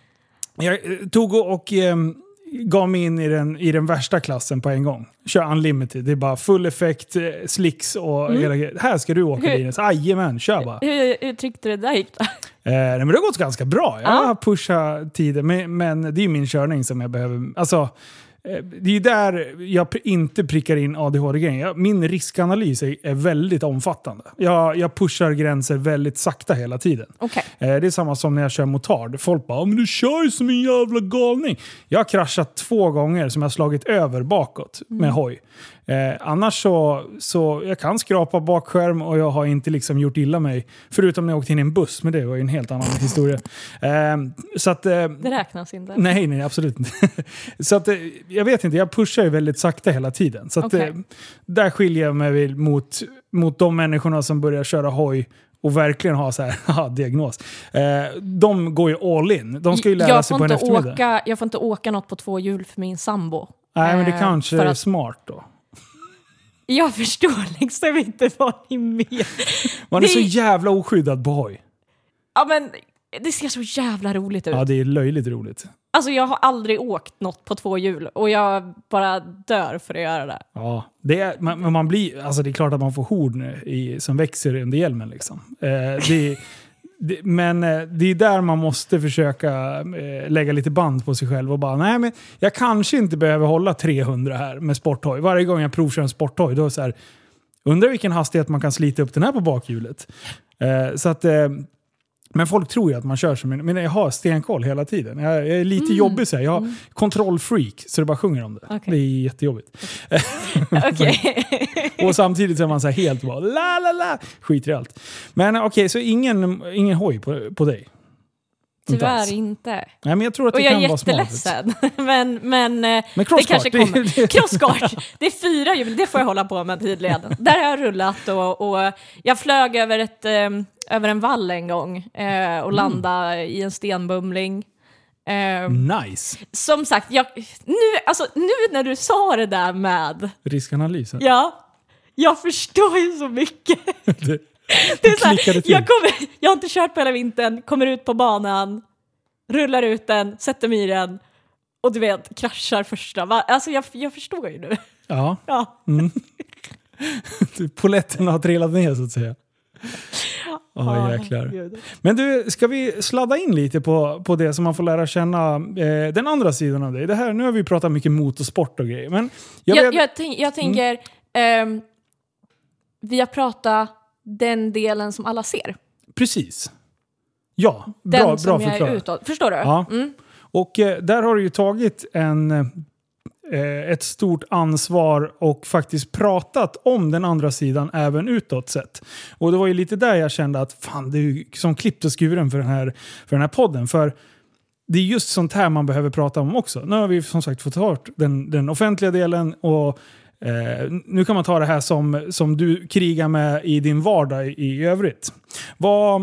och gav mig in i den värsta klassen på en gång. Kör unlimited. Det är bara full effekt, slicks och hela grejen. Här ska du åka Linus. Ajamän, kör bara. Hur tyckte du det där gick då? Men det har gått ganska bra. Jag har pushat tiden. Men det är min körning som jag behöver... Alltså, det är där jag inte prickar in ADHD-grejen. Min riskanalys är väldigt omfattande. Jag pushar gränser väldigt sakta hela tiden. Okay. Det är samma som när jag kör motard. Folk bara, men du kör ju som en jävla galning. Jag har kraschat 2 gånger som jag har slagit över bakåt med hoj. Annars så jag kan skrapa bakskärm och jag har inte liksom gjort illa mig. Förutom när jag åkte in i en buss, men det var ju en helt annan historia. Så att, det räknas inte. Nej, absolut inte. Så att, jag vet inte, jag pushar ju väldigt sakta hela tiden. Så att, där skiljer jag mig mot de människorna som börjar köra hoj och verkligen ha så här diagnos. De går ju all in. De ska ju lära sig på en eftermiddag. Jag får inte åka något på 2 hjul för min sambo. Nej, men det kanske är smart då. Jag förstår liksom inte vad ni menar. Man är så jävla oskyddad på hoj. Ja, men det ser så jävla roligt ut. Ja, det är löjligt roligt. Alltså jag har aldrig åkt något på 2 hjul och jag bara dör för att göra det. Ja, det är klart att man får horn som växer under hjälmen liksom. Men det är där man måste försöka lägga lite band på sig själv och bara, nej men jag kanske inte behöver hålla 300 här med sporthoj. Varje gång jag provkör en sporthoj då är det så här, undrar vilken hastighet man kan slita upp den här på bakhjulet. Så att men folk tror ju att man kör som men jag har stenkoll hela tiden. Jag är lite jobbig så här. Jag har kontrollfreak så det bara sjunger om det. Okay. Det är jättejobbigt. Okej. Och samtidigt så är man så här helt bara la skiter i allt. Men okej, så ingen hoj på dig. Tyvärr inte. Nej, men jag tror att det kan vara smart. Och jag är jätteledsen. men det kanske kommer. Crosskart, det är 4 hjul. Det får jag hålla på med tydligen. Där har jag rullat och jag flög över en vall en gång och landade i en stenbumling. Nice. Som sagt, nu när du sa det där med riskanalysen. Ja, jag förstår ju så mycket. Det är så här, jag har inte kört på hela vintern, kommer ut på banan, rullar ut den, sätter mig i den och du vet, kraschar första. Alltså jag förstår ju nu. Ja. Mm. Poletten har trillat ner så att säga. Jäklar. Men du, ska vi sladda in lite på det som man får lära känna den andra sidan av dig? Det här, nu har vi pratat mycket motorsport och grejer. Men jag tänker, vi har pratat den delen som alla ser. Precis. Ja, den bra som förklarat. Jag är utåt. Förstår du? Ja. Mm. Och där har du ju tagit ett stort ansvar och faktiskt pratat om den andra sidan även utåt sett. Och det var ju lite där jag kände att fan, det är ju som klippt och skuren för den här podden. För det är just sånt här man behöver prata om också. Nu har vi som sagt fått hört den offentliga delen och nu kan man ta det här som du krigar med i din vardag i övrigt. Vad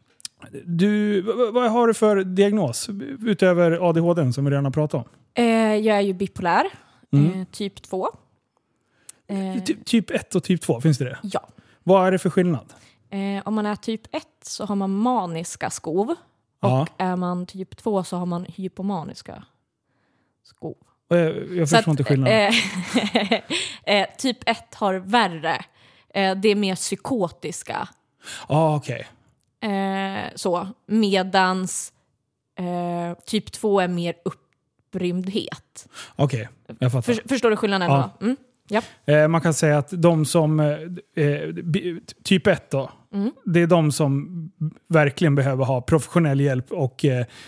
har du för diagnos utöver ADHD som vi redan har pratat om? Jag är ju bipolär, typ 2. Typ 1 och typ 2, finns det? Ja. Vad är det för skillnad? Om man är typ 1 så har man maniska skov. Och är man typ 2 så har man hypomaniska skov. Jag förstår inte skillnaden. Typ 1 har värre. Det är mer psykotiska. Okej. Så. Medans typ 2 är mer upprymdhet. Okej, jag fattar. Förstår du skillnaden då? Mm. Ja. Man kan säga att de som typ 1 då, det är de som verkligen behöver ha professionell hjälp och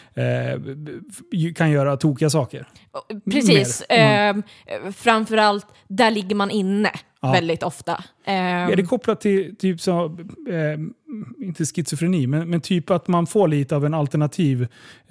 kan göra tokiga saker. Precis. Framförallt där ligger man inne väldigt ofta. Är det kopplat till typ så, inte schizofreni, men typ att man får lite av en alternativ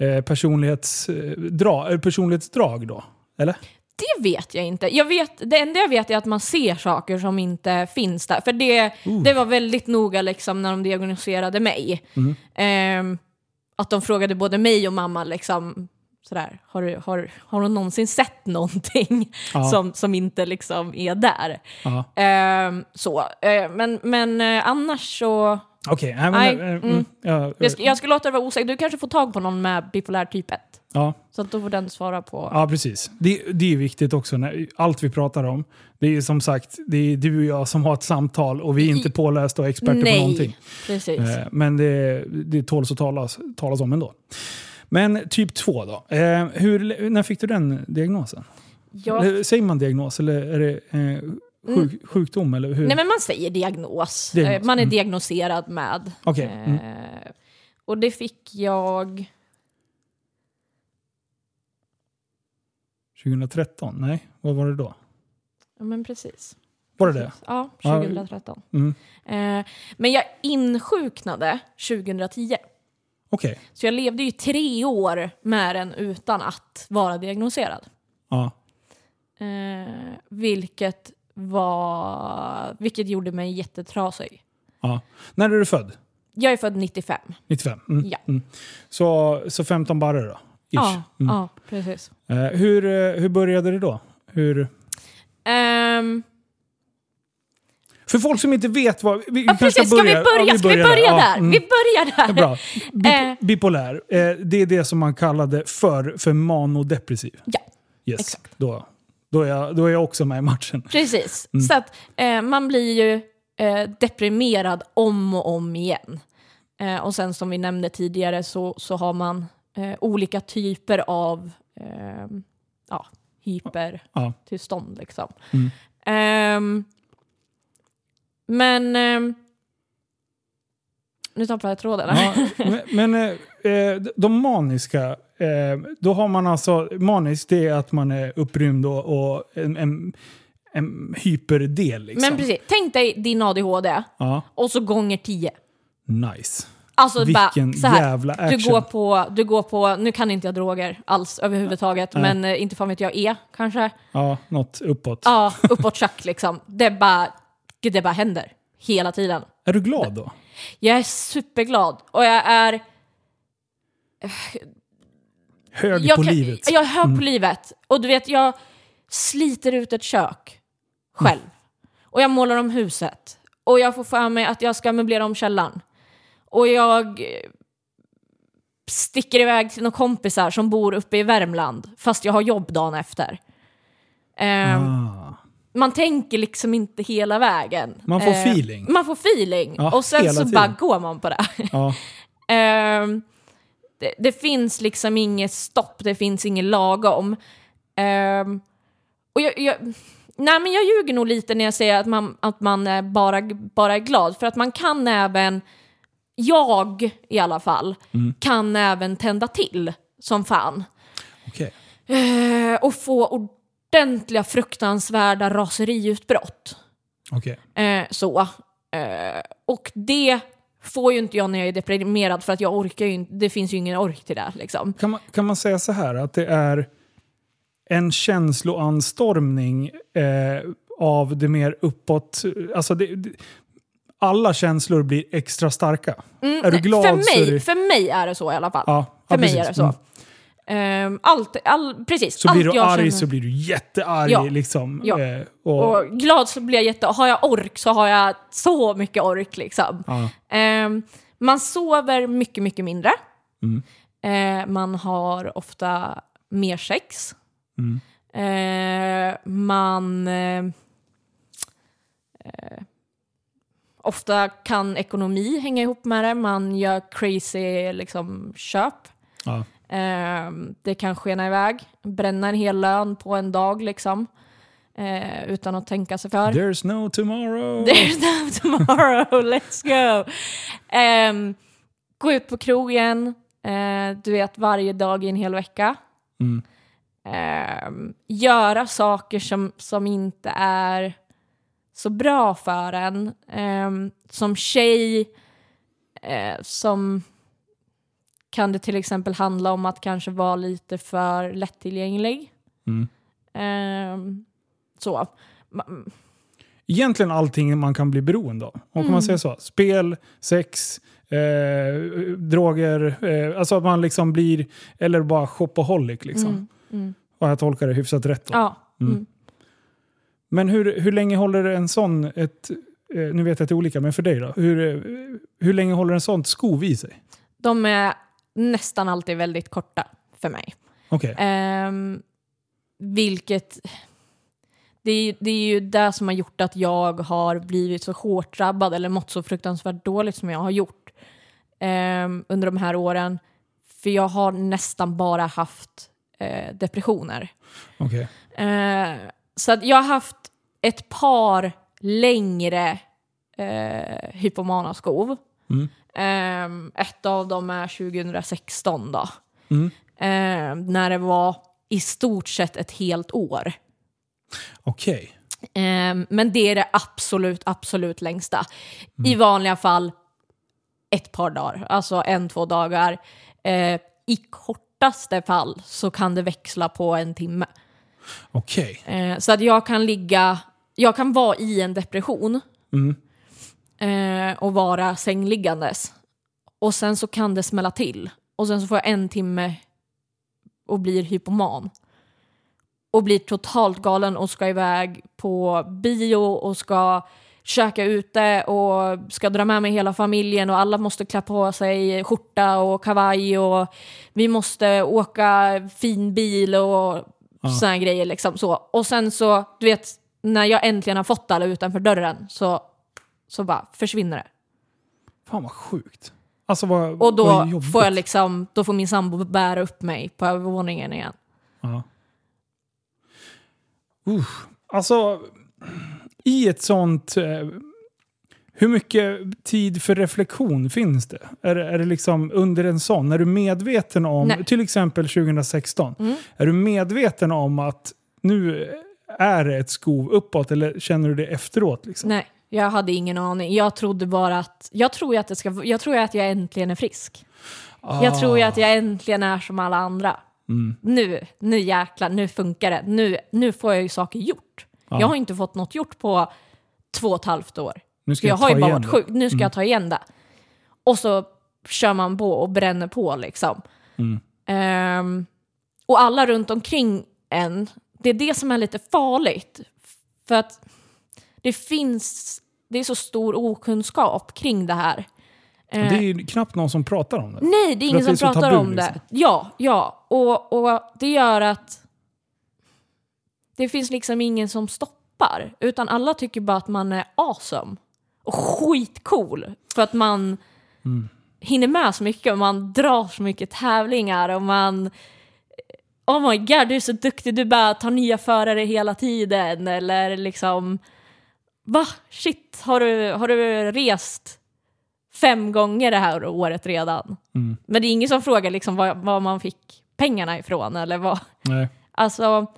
personlighetsdrag då? Eller? Det vet jag inte. Det enda jag vet är att man ser saker som inte finns där. För det var väldigt noga liksom, när de diagnostiserade mig. Att de frågade både mig och mamma liksom, sådär, har hon någonsin sett någonting som inte liksom är där? Men annars så... Okej. Jag ska låta det vara osäkert. Du kanske får tag på någon med bipolär typ 1. Ja. Så att då får den svara på... Ja, precis. Det är viktigt också. Allt vi pratar om, det är som sagt, det är du och jag som har ett samtal och vi är inte pålästa och experter på någonting. Precis. Men det tåls att talas om ändå. Men typ 2 då. När fick du den diagnosen? Säger man diagnos eller är det sjukdom? Eller hur? Nej, men man säger diagnos. Man är diagnoserad med. Okay. Och det fick jag... 2013? Nej, vad var det då? Ja, men precis. Var det det? Ja, 2013. Men jag insjuknade 2010. Okay. Så jag levde ju 3 år med den utan att vara diagnoserad. Ja. Vilket gjorde mig jättetrasig. Ja. När är du född? Jag är född 95. 95? Ja. Så 15 barre då? Ja, precis. Hur började det då? För folk som inte vet vad... Ska vi börja där? Vi börjar där. Bra. Bipolär, det är det som man kallade för manodepressiv. Ja, yes. Exakt. Då är jag också med i matchen. Precis. Så att man blir ju deprimerad om och om igen. Och sen som vi nämnde tidigare så har man olika typer av hypertillstånd liksom. Men nu tappar jag tråden. Men de maniska, då har man alltså, manisk det är att man är upprymd och en hyperdel liksom. Men precis, tänk dig din ADHD och så gånger 10. Nice. Alltså vilken bara, så här, jävla action. Du går på, nu kan inte jag droger alls överhuvudtaget, men inte fan vet jag kanske. Ja, något uppåt. Ja, uppåt tjack liksom. Det bara händer hela tiden. Är du glad då? Jag är superglad och jag är... hög på livet. Jag är hög på livet. Och du vet, jag sliter ut ett kök själv. Och jag målar om huset. Och jag får för mig att jag ska möblera om källaren. Och jag sticker iväg till några kompisar som bor uppe i Värmland. Fast jag har jobb dagen efter. Man tänker liksom inte hela vägen. Man får feeling. Man får feeling. Ja, och sen så bara går man på det. Ja. Det finns liksom inget stopp. Det finns inget lagom. Och men jag ljuger nog lite när jag säger att man bara är glad. För att man kan även, jag i alla fall, kan även tända till som fan. Okay. Och få ordentliga fruktansvärda raseriutbrott. Okay. Och det får ju inte jag när jag är deprimerad, för att jag orkar ju inte, det finns ju ingen ork till det liksom. Kan man säga så här att det är en känsloanstormning av det mer uppåt, alltså alla känslor blir extra starka. Är du glad? För mig är det så i alla fall. Ja, för mig är det så. Precis. Så blir du arg så blir du jättearg. Ja. Liksom. Ja. Och glad så blir jag har jag ork så har jag så mycket ork. Liksom. Ja. Man sover mycket, mycket mindre. Man har ofta mer sex. Ofta kan ekonomi hänga ihop med det. Man gör crazy liksom, köp. Ja. Det kan skena iväg. Bränna en hel lön på en dag liksom. Utan att tänka sig för. There's no tomorrow. There's no tomorrow. Let's go. Gå ut på krogen. Du vet, varje dag i en hel vecka. Göra saker som inte är så bra för en. Som tjej som kan det till exempel handla om att kanske vara lite för lättillgänglig. Så. Egentligen allting man kan bli beroende av. Om man säger så. Spel, sex, droger. Alltså att man liksom blir, eller bara shopaholic liksom. Och jag tolkar det hyfsat rätt då. Ja. Men hur länge håller en sån nu vet jag att det är olika, men för dig då? Hur länge håller en sån skov i sig? De är nästan alltid väldigt korta för mig. Okay. Vilket det är ju det som har gjort att jag har blivit så hårt drabbad eller mått så fruktansvärt dåligt som jag har gjort under de här åren. För jag har nästan bara haft depressioner. Okay. Så att jag har haft ett par längre hypomana skov. Ett av dem är 2016 då. När det var i stort sett ett helt år. Okej. Men det är det absolut längsta. I vanliga fall ett par dagar. Alltså 1-2 dagar. I kortaste fall så kan det växla på en timme. Okej. Så att jag kan vara i en depression. Och vara sängliggandes. Och sen så kan det smälla till. Och sen så får jag 1 timme och blir hypoman. Och blir totalt galen och ska iväg på bio och ska käka ute och ska dra med mig hela familjen och alla måste klä på sig skjorta och kavaj och vi måste åka fin bil och såna grejer liksom så. Och sen så, du vet, när jag äntligen har fått alla utanför dörren så bara försvinner det. Fan vad sjukt. Alltså vad, och då vad får jag liksom, då får min sambo bära upp mig på övervåningen igen. Ja. Alltså i ett sånt hur mycket tid för reflektion finns det? Är det liksom under en sån, är du medveten om till exempel 2016, är du medveten om att nu är det ett skov uppåt eller känner du det efteråt liksom? Nej, jag hade ingen aning. Jag trodde bara att jag tror att jag äntligen är frisk. Jag tror att jag äntligen är som alla andra. Nu jäklar, nu funkar det. Nu får jag ju saker gjort. Jag har inte fått något gjort på 2,5 år. Nu ska jag har ju bara varit sjuk. Nu ska jag ta igen det. Och så kör man på och bränner på liksom. Och alla runt omkring en, det är det som är lite farligt. För att det är så stor okunskap kring det här. Det är ju knappt någon som pratar om det. Nej, det är ingen som pratar om det. Liksom. Ja. Och det gör att det finns liksom ingen som stoppar. Utan alla tycker bara att man är awesome. Och skitcool. För att man hinner med så mycket. Och man drar så mycket tävlingar. Och man... Oh my god, du är så duktig. Du bara tar nya förare hela tiden. Eller liksom... Va? Shit, har du rest 5 gånger det här året redan? Men det är ingen som frågar liksom var man fick pengarna ifrån. Eller vad. Nej. Alltså...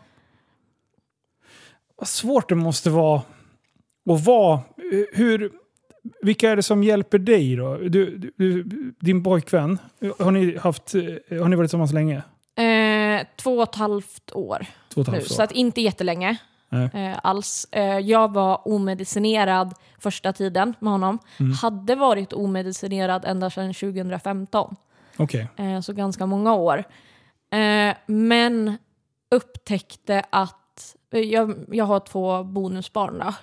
Vad svårt det måste vara att vara... Vilka är det som hjälper dig då? Din pojkvän, har ni varit tillsammans länge? 2,5 år. 2,5 år. Så att inte jättelänge alls. Jag var omedicinerad första tiden med honom. Hade varit omedicinerad ända sedan 2015. Okay. Så ganska många år. Men upptäckte att jag har 2 bonusbarn då.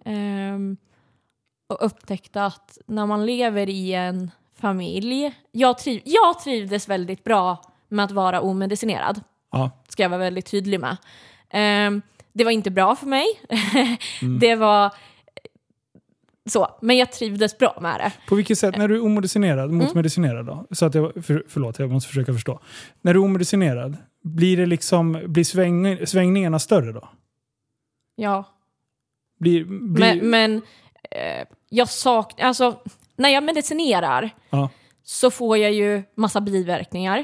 Och upptäckte att när man lever i en familj... Jag trivdes väldigt bra med att vara omedicinerad. Ja. Ska jag vara väldigt tydlig med. Det var inte bra för mig. Det var så. Men jag trivdes bra med det. På vilket sätt? När du är omedicinerad, motmedicinerad då? Så att förlåt, jag måste försöka förstå. När du är omedicinerad, blir svängningarna större då? Ja. Men jag saknar... Alltså, när jag medicinerar så får jag ju massa biverkningar.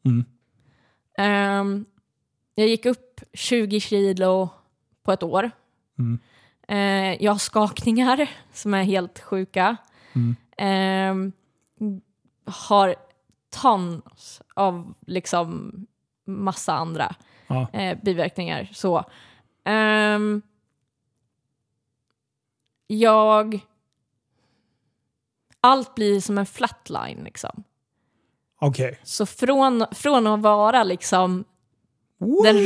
Jag gick upp 20 kilo på ett år. Jag har skakningar som är helt sjuka. Har tons av liksom massa andra biverkningar. Så. Allt blir som en flatline liksom. Okej. Okay. Så från att vara liksom den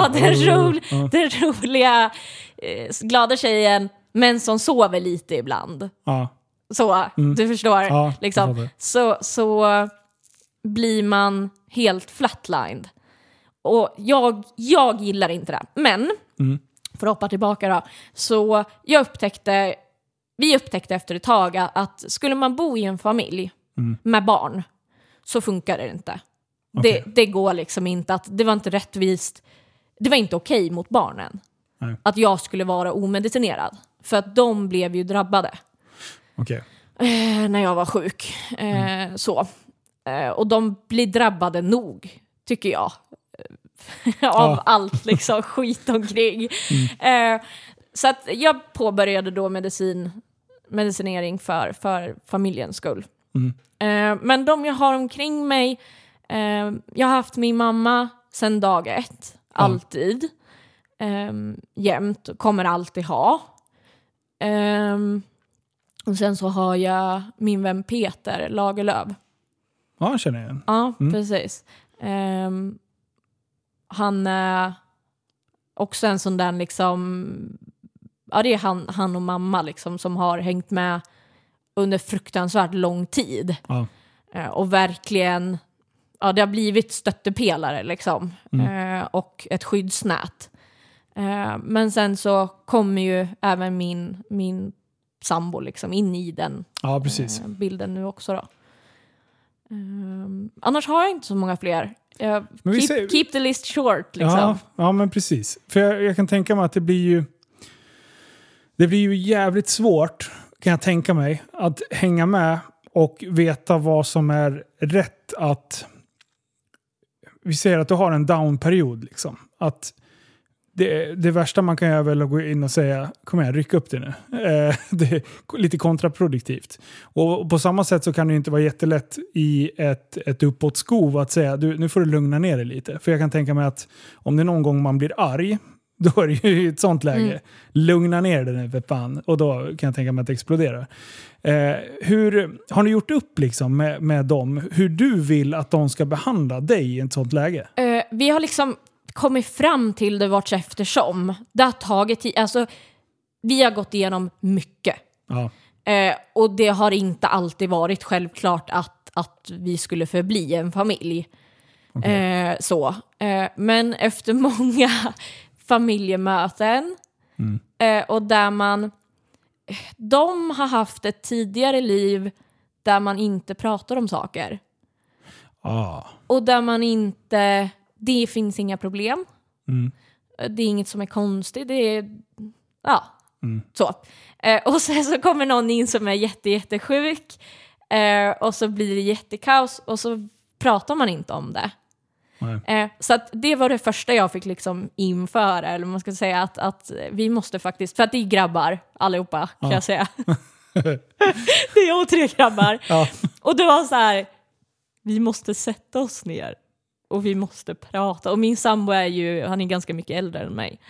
roliga glada tjejen men som sover lite ibland. Så, du förstår. Liksom. Så blir man helt flatlined. Och jag gillar inte det. Men, för att hoppa tillbaka då. Så vi upptäckte efter ett tag att skulle man bo i en familj med barn så funkar det inte. Okay. Det går liksom inte att, det var inte rättvist. Det var inte okej mot barnen. Nej. Att jag skulle vara omedicinerad. För att de blev ju drabbade. Okay. När jag var sjuk. Så. Och de blir drabbade nog, tycker jag. Av allt liksom skit omkring. Så att jag påbörjade då medicinering för familjens skull. Men de jag har omkring mig, jag har haft min mamma sedan dag 1. Alltid. Jämt. Kommer alltid ha. Och sen så har jag min vän Peter Lagerlöf. Ja, känner jag igen. Ja, precis. Han är också en sån där liksom... Ja, det är han och mamma liksom som har hängt med under fruktansvärt lång tid. Och verkligen... Ja, det har blivit stöttepelare liksom. Och ett skyddsnät. Men sen så kommer ju även min sambo liksom in i den bilden nu också då. Annars har jag inte så många fler. Keep the list short liksom. Ja, men precis. För jag kan tänka mig att det blir ju jävligt svårt, kan jag tänka mig, att hänga med och veta vad som är rätt. Att vi säger att du har en down-period liksom. Att det värsta man kan göra är väl att gå in och säga kom igen, ryck upp det nu. Det är lite kontraproduktivt. Och på samma sätt så kan det inte vara jättelätt i ett uppåtskov att säga nu får du lugna ner dig lite. För jag kan tänka mig att om det är någon gång man blir arg, då är det ju ett sånt läge. Lugna ner dig nu för fan. Och då kan jag tänka mig att det exploderar. Har ni gjort upp liksom med dem hur du vill att de ska behandla dig i ett sånt läge? vi har liksom kommit fram till det vart eftersom. Det har tagit tid. Alltså, vi har gått igenom mycket. Ja. Och det har inte alltid varit självklart att vi skulle förbli en familj. Okay. Men efter många familjemöten och där de har haft ett tidigare liv där man inte pratar om saker. Och där man inte, det finns inga problem. Det är inget som är konstigt. Det är, så. Och sen så kommer någon in som är jättesjuk. Och så blir det jättekaos. Och så pratar man inte om det. Så att det var det första jag fick liksom införa. Eller man ska säga att vi måste faktiskt, för att det är grabbar allihopa kan jag säga. Det är jag och 3 grabbar. Och det var så här, vi måste sätta oss ner. Och vi måste prata. Och min sambo han är ganska mycket äldre än mig.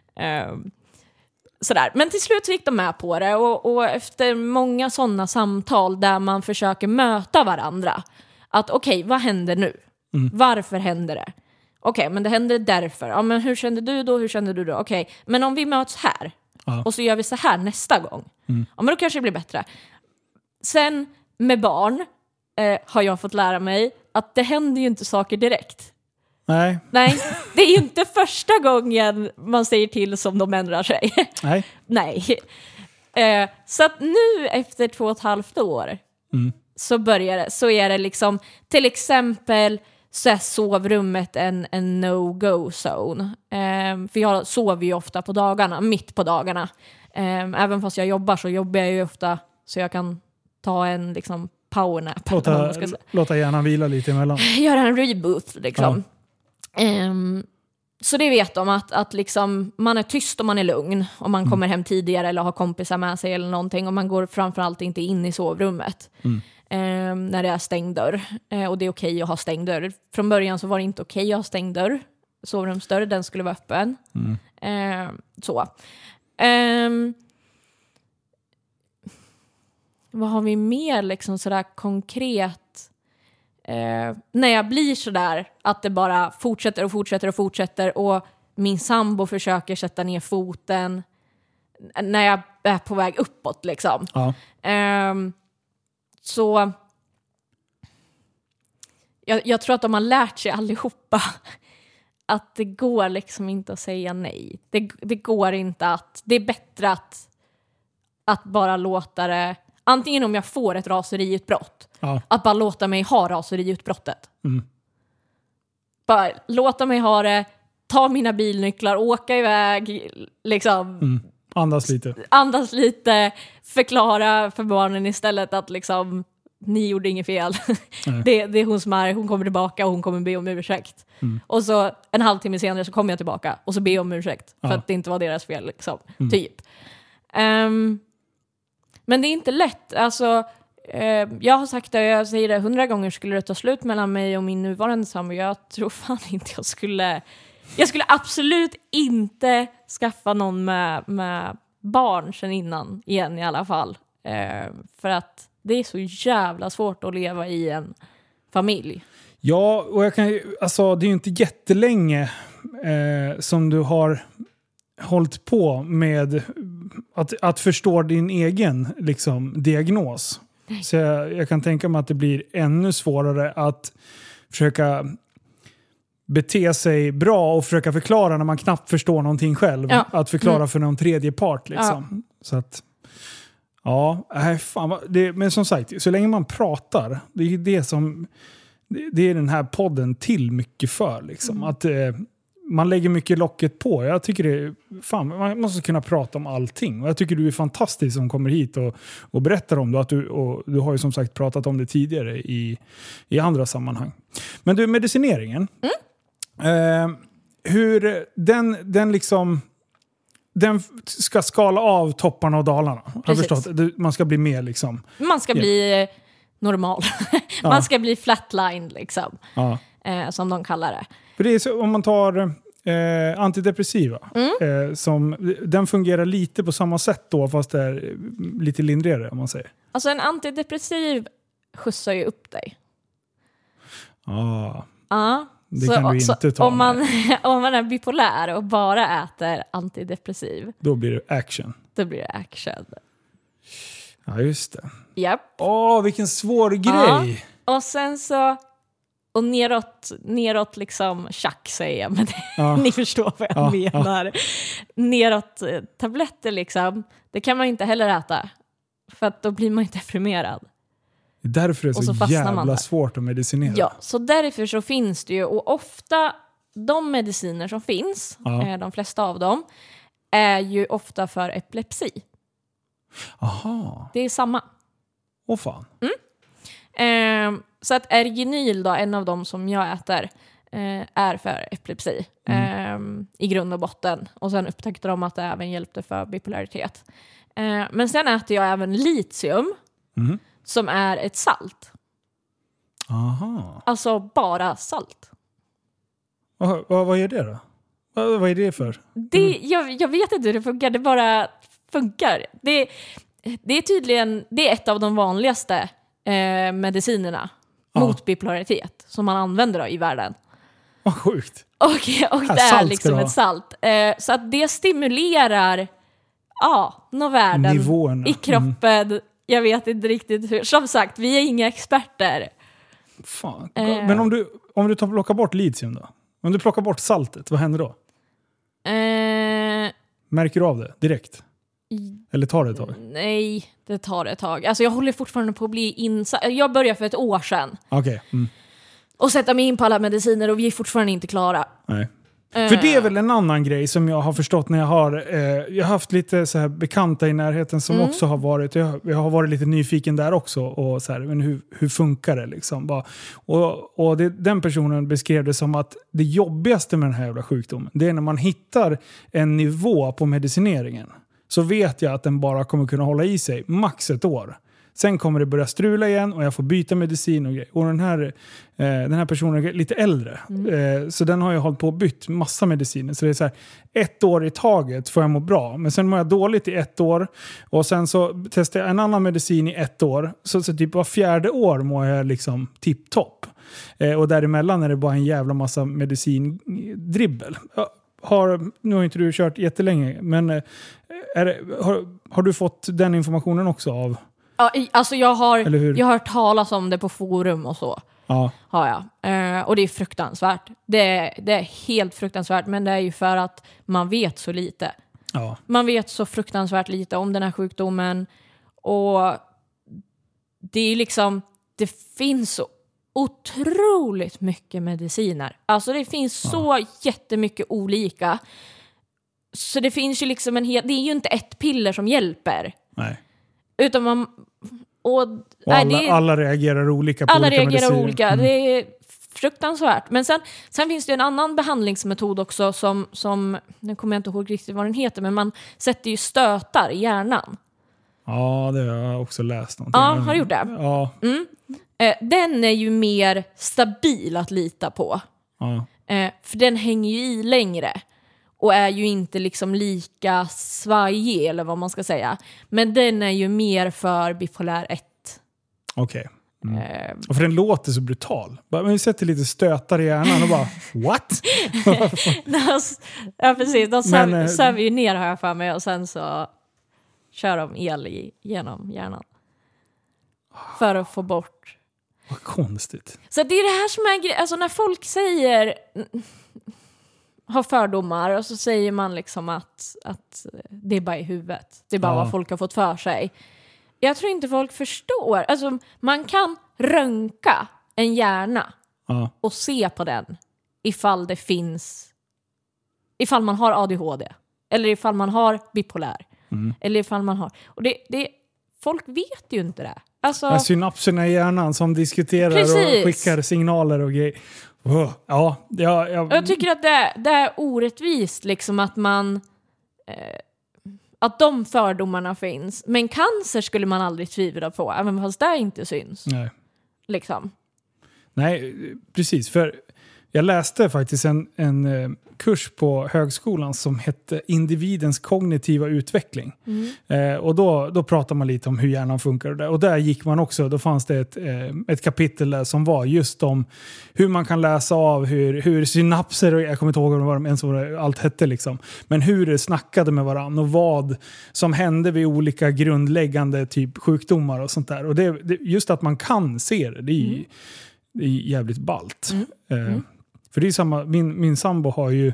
Sådär. Men till slut gick de med på det. Och efter många sådana samtal där man försöker möta varandra. Att okej, vad händer nu? Varför händer det? Okej, men det händer därför. Ja, men hur kände du då? Hur kände du då? Okej, men om vi möts här. Och så gör vi så här nästa gång. Ja, men då kanske det blir bättre. Sen med barn har jag fått lära mig att det händer ju inte saker direkt. Nej, det är ju inte första gången man säger till som de ändrar sig. Nej. Så att nu efter 2,5 år så är det liksom, till exempel så är sovrummet en no-go zone. För jag sover ju ofta på dagarna, mitt på dagarna. Även fast jag jobbar så jobbar jag ju ofta så jag kan ta en liksom powernap. Låta hjärnan vila lite emellan. Göra en reboot liksom. Så det vet de att liksom, man är tyst och man är lugn. Om man kommer hem tidigare eller har kompisar med sig eller någonting. Och man går framförallt inte in i sovrummet. När det är stängd dörr. Och det är okej att ha stängd dörr. Från början så var det inte okej att ha stängd dörr. Sovrumsdörr, den skulle vara öppen. Så. Vad har vi mer liksom sådär konkret? När jag blir sådär att det bara fortsätter och min sambo försöker sätta ner foten när jag är på väg uppåt liksom. Så jag tror att de har lärt sig allihopa att det går liksom inte att säga nej. Det går inte att, det är bättre att bara låta det, antingen om jag får ett raseriutbrott, att bara låta mig ha raseriutbrottet. Bara låta mig ha det, ta mina bilnycklar, åka iväg, liksom. Andas lite, förklara för barnen istället att liksom, ni gjorde inget fel. Det är hon som hon kommer tillbaka och hon kommer be om ursäkt. Och så en halvtimme senare så kommer jag tillbaka och så be om ursäkt för att det inte var deras fel liksom. Typ. Men det är inte lätt. Alltså, jag har sagt det och jag säger det 100 gånger, skulle det ta slut mellan mig och min nuvarande sambo. Jag tror fan inte jag skulle absolut inte skaffa någon med barn sen innan igen i alla fall. För att det är så jävla svårt att leva i en familj. Ja, och det är ju inte jättelänge som du har hållit på med att förstå din egen liksom, diagnos. Nej. Så jag kan tänka mig att det blir ännu svårare att försöka bete sig bra och försöka förklara när man knappt förstår någonting själv. Ja. Att förklara för någon tredje part liksom. Ja. Så att men som sagt, så länge man pratar, det är det som det är den här podden till mycket för liksom. Att man lägger mycket locket på. Jag tycker man måste kunna prata om allting. Och jag tycker du är fantastisk som kommer hit och berättar om det. Du har ju som sagt pratat om det tidigare i andra sammanhang. Men du, medicineringen. Hur den liksom... Den ska skala av topparna och dalarna. Har förstått? Man ska bli mer liksom... Man ska bli normal. Man ska bli flatline liksom. Som de kallar det. För det är så, om man tar antidepressiva. Den fungerar lite på samma sätt då, fast det är lite lindrigare om man säger. Alltså en antidepressiv skjutsar ju upp dig. Det kan du inte ta om man är bipolär och bara äter antidepressiv. Då blir det action. Ja, just det. Japp. Vilken svår grej. Och sen så... Och neråt liksom tjack säger jag. Men ni förstår vad jag menar. Ja. Neråt tabletter liksom. Det kan man inte heller äta. För att då blir man inte deprimerad. Därför är det så jävla svårt att medicinera. Ja, så därför så finns det ju. Och ofta de mediciner som finns, de flesta av dem, är ju ofta för epilepsi. Aha. Det är samma. Åh fan. Så att Ergenyl då, en av dem som jag äter, är för epilepsi i grund och botten. Och sen upptäckte de att det även hjälpte för bipolaritet. Men sen äter jag även litium som är ett salt. Aha. Alltså bara salt. Vad är det då? Vad är det för? Jag vet inte hur det funkar, det bara funkar. Det är tydligen ett av de vanligaste medicinerna mot bipolaritet som man använder då i världen. Vad sjukt. Och det är liksom ett salt. Så att det stimulerar några värden nivåerna i kroppen. Jag vet inte riktigt hur. Som sagt, vi är inga experter. Fan. Men om du plockar bort litium då? Om du plockar bort saltet, vad händer då? Märker du av det direkt? Eller tar det ett tag? Nej, det tar ett tag. Alltså jag håller fortfarande på att bli insatt. Jag började för ett år sedan. Okej. Och sätta mig in på alla mediciner och vi är fortfarande inte klara. Nej. För det är väl en annan grej som jag har förstått när jag har haft lite så här bekanta i närheten som också har varit, jag har varit lite nyfiken där också och så här, men hur funkar det liksom? Och den personen beskrev det som att det jobbigaste med den här jävla sjukdomen, det är när man hittar en nivå på medicineringen. Så vet jag att den bara kommer kunna hålla i sig max ett år. Sen kommer det börja strula igen och jag får byta medicin och grejer. Och den här personen är lite äldre. Så den har jag hållit på och bytt massa mediciner. Så det är så här, 1 år i taget får jag må bra. Men sen mår jag dåligt i 1 år. Och sen så testar jag en annan medicin i 1 år. Så typ var 4:e år mår jag liksom tipptopp. Och däremellan är det bara en jävla massa medicindribbel. Nu har inte du kört jättelänge. Men har du fått den informationen också av... Ja, alltså jag har hört talas om det på forum och så. Ja. Har jag. Och det är fruktansvärt. Det är helt fruktansvärt, men det är ju för att man vet så lite. Ja. Man vet så fruktansvärt lite om den här sjukdomen. Och det är liksom, det finns så otroligt mycket mediciner. Alltså det finns så jättemycket olika. Så det finns ju liksom det är ju inte ett piller som hjälper. Nej. Utan man... alla reagerar olika på olika mediciner. Alla reagerar olika. Det är fruktansvärt. Men sen finns det en annan behandlingsmetod också som nu kommer jag inte ihåg riktigt vad den heter, men man sätter ju stötar i hjärnan. Ja, det har jag också läst någonting. Ja, har du gjort det? Ja. Den är ju mer stabil att lita på. Ja. För den hänger ju i längre. Och är ju inte liksom lika svajig eller vad man ska säga. Men den är ju mer för bipolär 1. Okej. Och för den låter så brutal. Men vi sätter lite stötar i hjärnan och bara, what? Ja, precis. De söver ju ner, har jag för mig. Och sen så kör de el genom hjärnan. För att få bort... Vad konstigt. Så det är det här som är... Alltså när folk säger... har fördomar och så säger man liksom att det är bara i huvudet. Det är bara vad folk har fått för sig. Jag tror inte folk förstår. Alltså man kan röntga en hjärna och se på den ifall man har ADHD eller ifall man har bipolär eller ifall man har... Och folk vet ju inte det. Alltså, synapserna i hjärnan som diskuterar och skickar signaler och grejer. Jag tycker att det är orättvist liksom att man att de fördomarna finns. Men cancer skulle man aldrig tvivla på, även fast det inte syns. Nej. Liksom. Nej, precis. För Jag läste faktiskt en kurs på högskolan som hette Individens kognitiva utveckling. Och då pratar man lite om hur hjärnan funkar. Och där gick man också, då fanns det ett kapitel där som var just om hur man kan läsa av hur synapser, och jag kommer inte ihåg vad allt hette liksom. Men hur det snackade med varandra och vad som hände vid olika grundläggande typ sjukdomar och sånt där. Och det just att man kan se det är jävligt ballt. För det är samma, min sambo har ju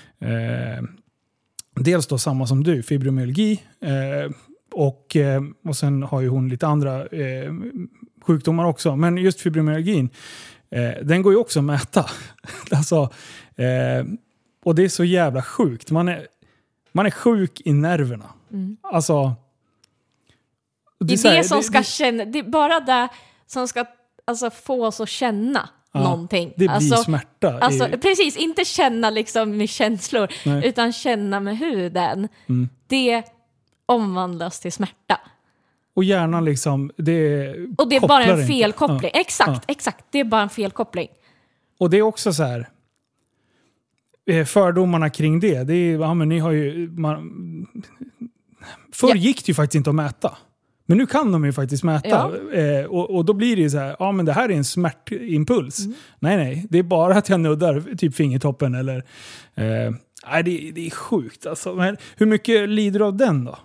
dels då samma som du, fibromyalgi, och sen har ju hon lite andra sjukdomar också. Men just fibromyalgin, den går ju också att mäta. Alltså, och det är så jävla sjukt. Man är sjuk i nerverna. Alltså, det är det som ska känna, det är bara det som ska alltså få oss att känna någonting. Det blir smärta. Alltså, precis, inte känna liksom med känslor, utan känna med huden. Det omvandlas till smärta. Och hjärnan liksom, och det är bara en felkoppling. Exakt. Det är bara en felkoppling. Och det är också så här, fördomarna kring det är, men ni har ju förr gick det ju faktiskt inte att mäta. Men nu kan de ju faktiskt mäta. Och då blir det ju så här, men det här är en smärtimpuls. Nej, det är bara att jag nuddar typ fingertoppen eller... det är sjukt alltså. Men hur mycket lider du av den då?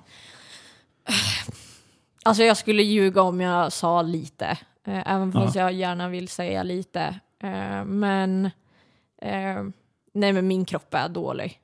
Alltså jag skulle ljuga om jag sa lite. Även fast jag gärna vill säga lite. Men min kropp är dålig.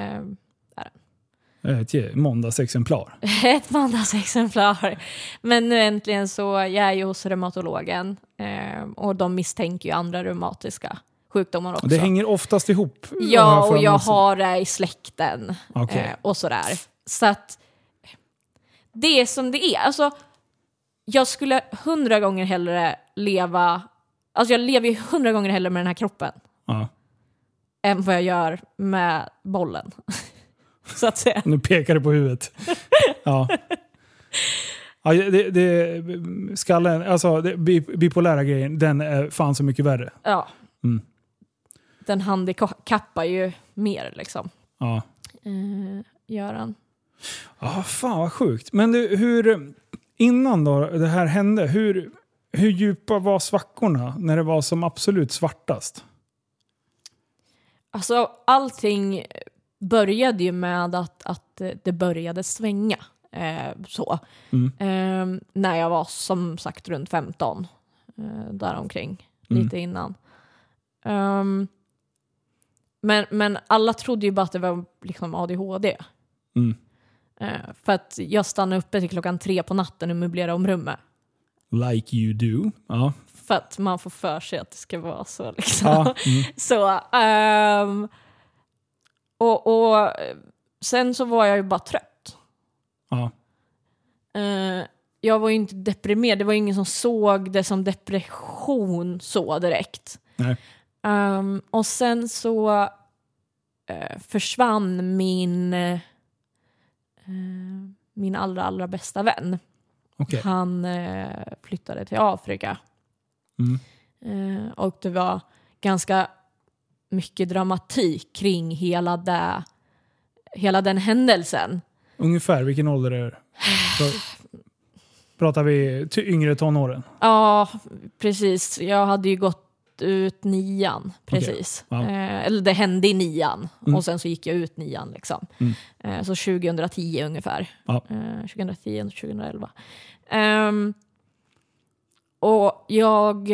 Ett måndagsexemplar. Ett måndagsexemplar. Men nu äntligen så jag är ju hos reumatologen. Och de misstänker ju andra reumatiska sjukdomar också. Det hänger oftast ihop. Ja, och jag har det i släkten. Och sådär. Så att det är som det är. Alltså, jag skulle 100 gånger hellre leva... Alltså jag lever ju 100 gånger hellre med den här kroppen. Än vad jag gör med bollen. Så att säga. Nu pekar du på huvudet. Skallen, alltså bipolära grejen, den är fan så mycket värre. Ja. Den handikappar ju mer liksom. Gör han. Fan vad sjukt. Men hur innan då det här hände, hur djupa var svackorna när det var som absolut svartast? Alltså allting började ju med att det började svänga. När jag var som sagt runt 15. Däromkring. Lite innan. Men alla trodde ju bara att det var liksom ADHD. För att jag stannade uppe till 3:00 på natten och möblerade om rummet. Like you do. För att man får för sig att det ska vara så liksom. Så och sen så var jag ju bara trött. Jag var ju inte deprimerad. Det var ingen som såg det som depression så direkt. Nej. Och sen så försvann min allra bästa vän. Han flyttade till Afrika. Och det var ganska mycket dramatik kring hela den händelsen. Ungefär, vilken ålder är det? Pratar vi yngre tonåren? Ja, precis. Jag hade ju gått ut 9:an, precis. Eller det hände i 9:an. Och sen så gick jag ut 9:an liksom. Så 2010 ungefär. 2010 och 2011. Och jag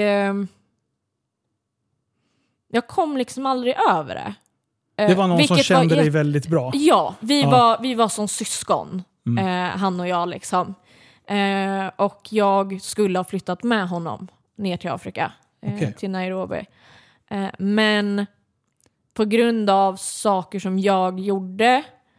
kom liksom aldrig över det. Det var någon som kände dig väldigt bra. Ja, vi var som syskon. Han och jag liksom. Och jag skulle ha flyttat med honom ner till Afrika. Till Nairobi. Men på grund av saker som jag gjorde,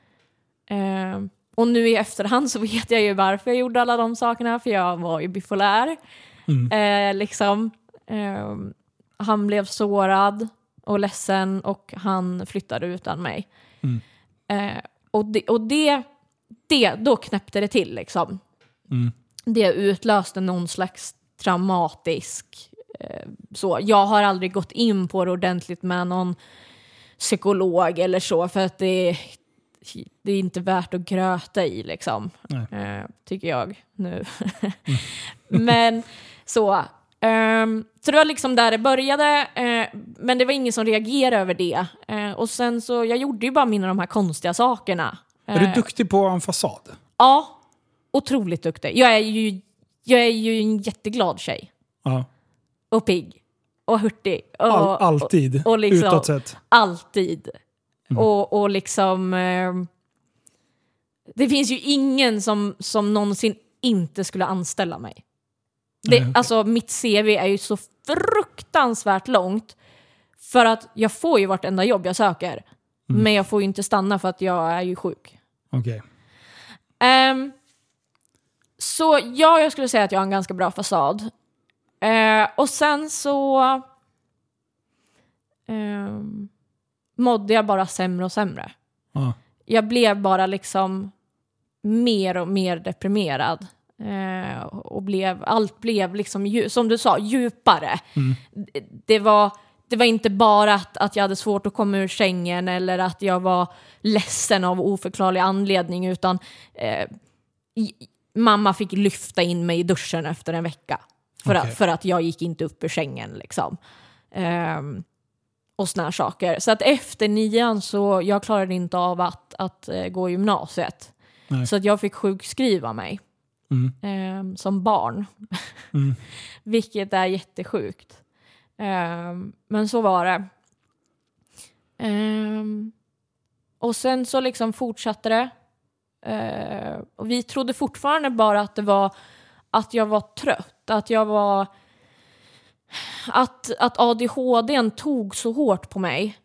och nu i efterhand så vet jag ju varför jag gjorde alla de sakerna, för jag var ju bipolär. Liksom. Han blev sårad och ledsen och han flyttade utan mig. Och det då knäppte det till liksom. Det utlöste någon slags traumatisk Så jag har aldrig gått in på det ordentligt med någon psykolog eller så, för att det är inte värt att gröta i liksom. Tycker jag nu. Men så det var liksom där det började, men det var ingen som reagerade över det. Och sen så, jag gjorde ju bara mina de här konstiga sakerna. Är du duktig på en fasad? Ja, otroligt duktig. Jag är ju en jätteglad tjej. Ja. Och pigg. Och hurtig. Alltid. Och liksom, utåt sett. Alltid. Och liksom... det finns ju ingen som någonsin inte skulle anställa mig. Alltså mitt CV är ju så fruktansvärt långt. För att jag får ju vartenda jobb jag söker. Men jag får ju inte stanna för att jag är ju sjuk. Okej. Så ja, jag skulle säga att jag har en ganska bra fasad. Och sen så mådde jag bara sämre och sämre. Jag blev bara liksom mer och mer deprimerad. Och allt blev liksom, som du sa, djupare. Det var inte bara att jag hade svårt att komma ur sängen eller att jag var ledsen av oförklarlig anledning, utan mamma fick lyfta in mig i duschen efter en vecka för att jag gick inte upp ur sängen liksom. Och såna här saker. Så att efter 9 så jag klarade inte av att gå i gymnasiet. Nej. Så att jag fick sjukskriva mig som barn. Vilket är jättesjukt. Men så var det. Och sen så liksom fortsatte det. Och vi trodde fortfarande bara att det var att jag var trött. Att jag var... Att ADHD:n tog så hårt på mig.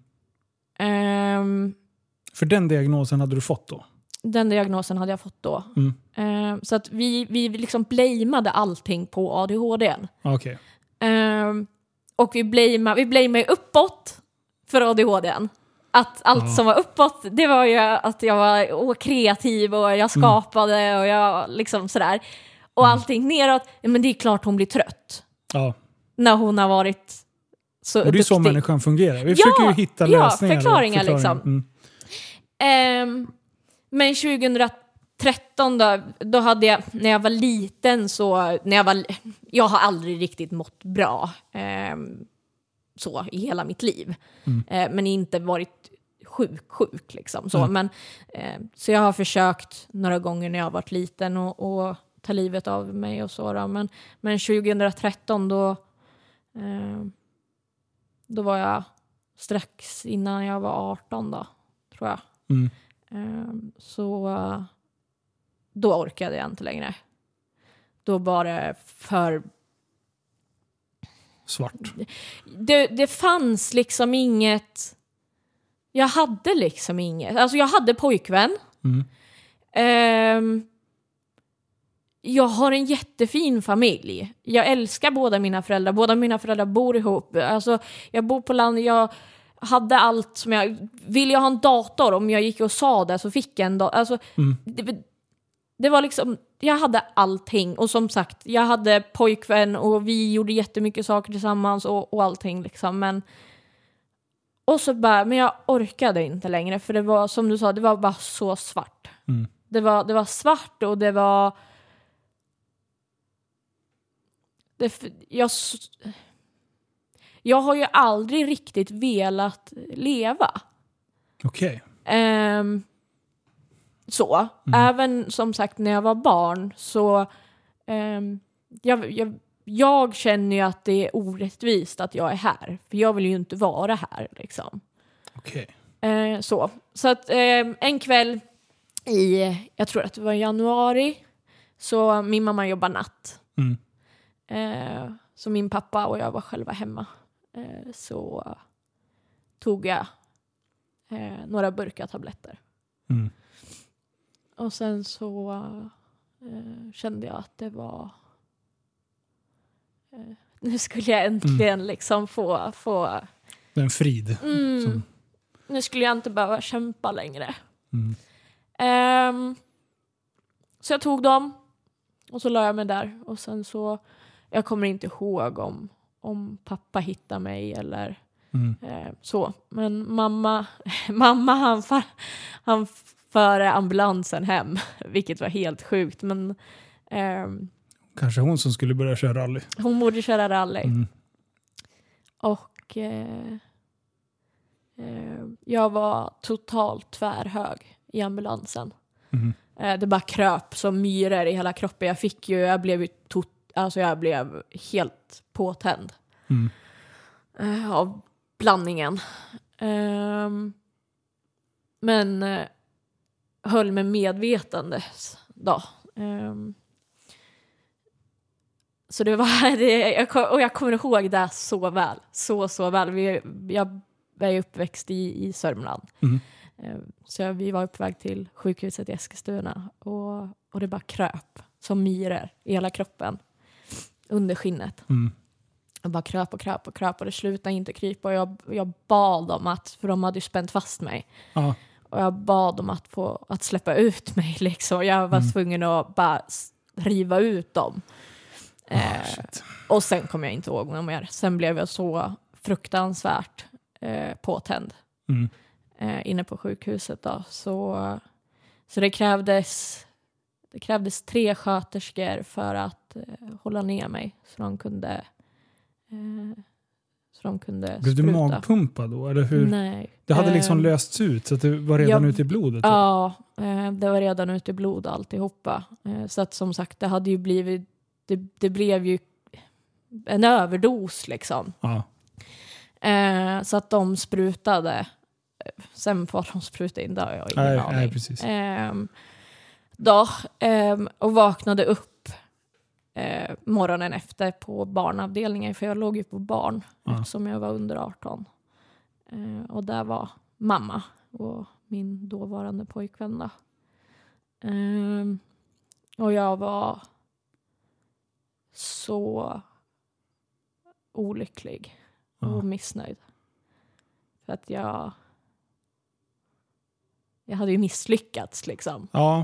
För den diagnosen hade du fått då? Den diagnosen hade jag fått då. Så att vi liksom blameade allting på ADHD:n. Okej. Och vi blameade uppåt för ADHD:n. Att allt som var uppåt, det var ju att jag var kreativ och jag skapade och jag liksom sådär. Och allting neråt, men det är klart hon blir trött. Ja. När hon har varit så duktig. Och det är så människan fungerar. Vi försöker ju hitta lösningar. Förklaringar liksom. Men 2013 då hade jag, när jag var liten så... jag har aldrig riktigt mått bra så i hela mitt liv. Men inte varit sjuk liksom. Så. Men, så jag har försökt några gånger när jag har varit liten och ta livet av mig och så. Då. Men 2013 då var jag strax innan jag var 18 då, tror jag. Så då orkade jag inte längre. Då var det för svart. Det fanns liksom inget. Jag hade liksom inget. Alltså jag hade pojkvän. Jag har en jättefin familj. Jag älskar båda mina föräldrar. Båda mina föräldrar bor ihop. Alltså jag bor på land. Jag hade allt som jag... Vill jag ha en dator? Om jag gick och sa det så fick jag en dator. Alltså, det var liksom... Jag hade allting. Och som sagt, jag hade pojkvän och vi gjorde jättemycket saker tillsammans och allting liksom. Men... Och så bara... Men jag orkade inte längre. För det var, som du sa, det var bara så svart. Det var svart och det var... Jag har ju aldrig riktigt velat leva. Okej. Så. Även som sagt när jag var barn så jag känner ju att det är orättvist att jag är här. För jag vill ju inte vara här liksom. Okej. Så att en kväll jag tror att det var i januari, så min mamma jobbar natt. Så min pappa och jag var själva hemma. Så tog jag några burkar tabletter. Och sen så kände jag att det var... nu skulle jag äntligen liksom få... En frid. Nu skulle jag inte behöva kämpa längre. Så jag tog dem. Och så la jag mig där. Och sen så... Jag kommer inte ihåg om pappa hittar mig eller så. Men mamma han före ambulansen hem, vilket var helt sjukt. Men kanske hon som skulle börja köra rally. Hon borde köra rally. Och jag var totalt tvärhög i ambulansen. Det bara kröp som myror i hela kroppen. Jag blev helt påtänd av blandningen. Men höll med medvetande då. Så det var jag kommer ihåg det så väl. Så väl. Jag är uppväxt i Sörmland. Så vi var på väg till sjukhuset i Eskilstuna. Och det bara kröp som myror i hela kroppen. Under skinnet. Och bara kröp och det slutade inte krypa. Och jag bad om för de hade ju spänt fast mig. Och jag bad om att släppa ut mig liksom. Jag var tvungen att bara riva ut dem. Och sen kom jag inte ihåg något mer. Sen blev jag så fruktansvärt påtänd. Inne på sjukhuset då. Så det krävdes 3 sköterskor för att hålla ner mig. Så de kunde Blev du magpumpad då? Eller hur? Nej. Det hade liksom lösts ut så att det var redan ute i blodet? Ja, det var redan ute i blod alltihopa. Så att som sagt, det hade ju blivit... Det blev ju en överdos liksom. Så att de sprutade. Sen var de sprutade in, där har jag ingen aning. Nej, precis. Och vaknade upp morgonen efter på barnavdelningen. För jag låg ju på barn eftersom jag var under 18. Och där var mamma och min dåvarande pojkvän då. Och jag var så olycklig och missnöjd. För att jag hade ju misslyckats liksom. Ja.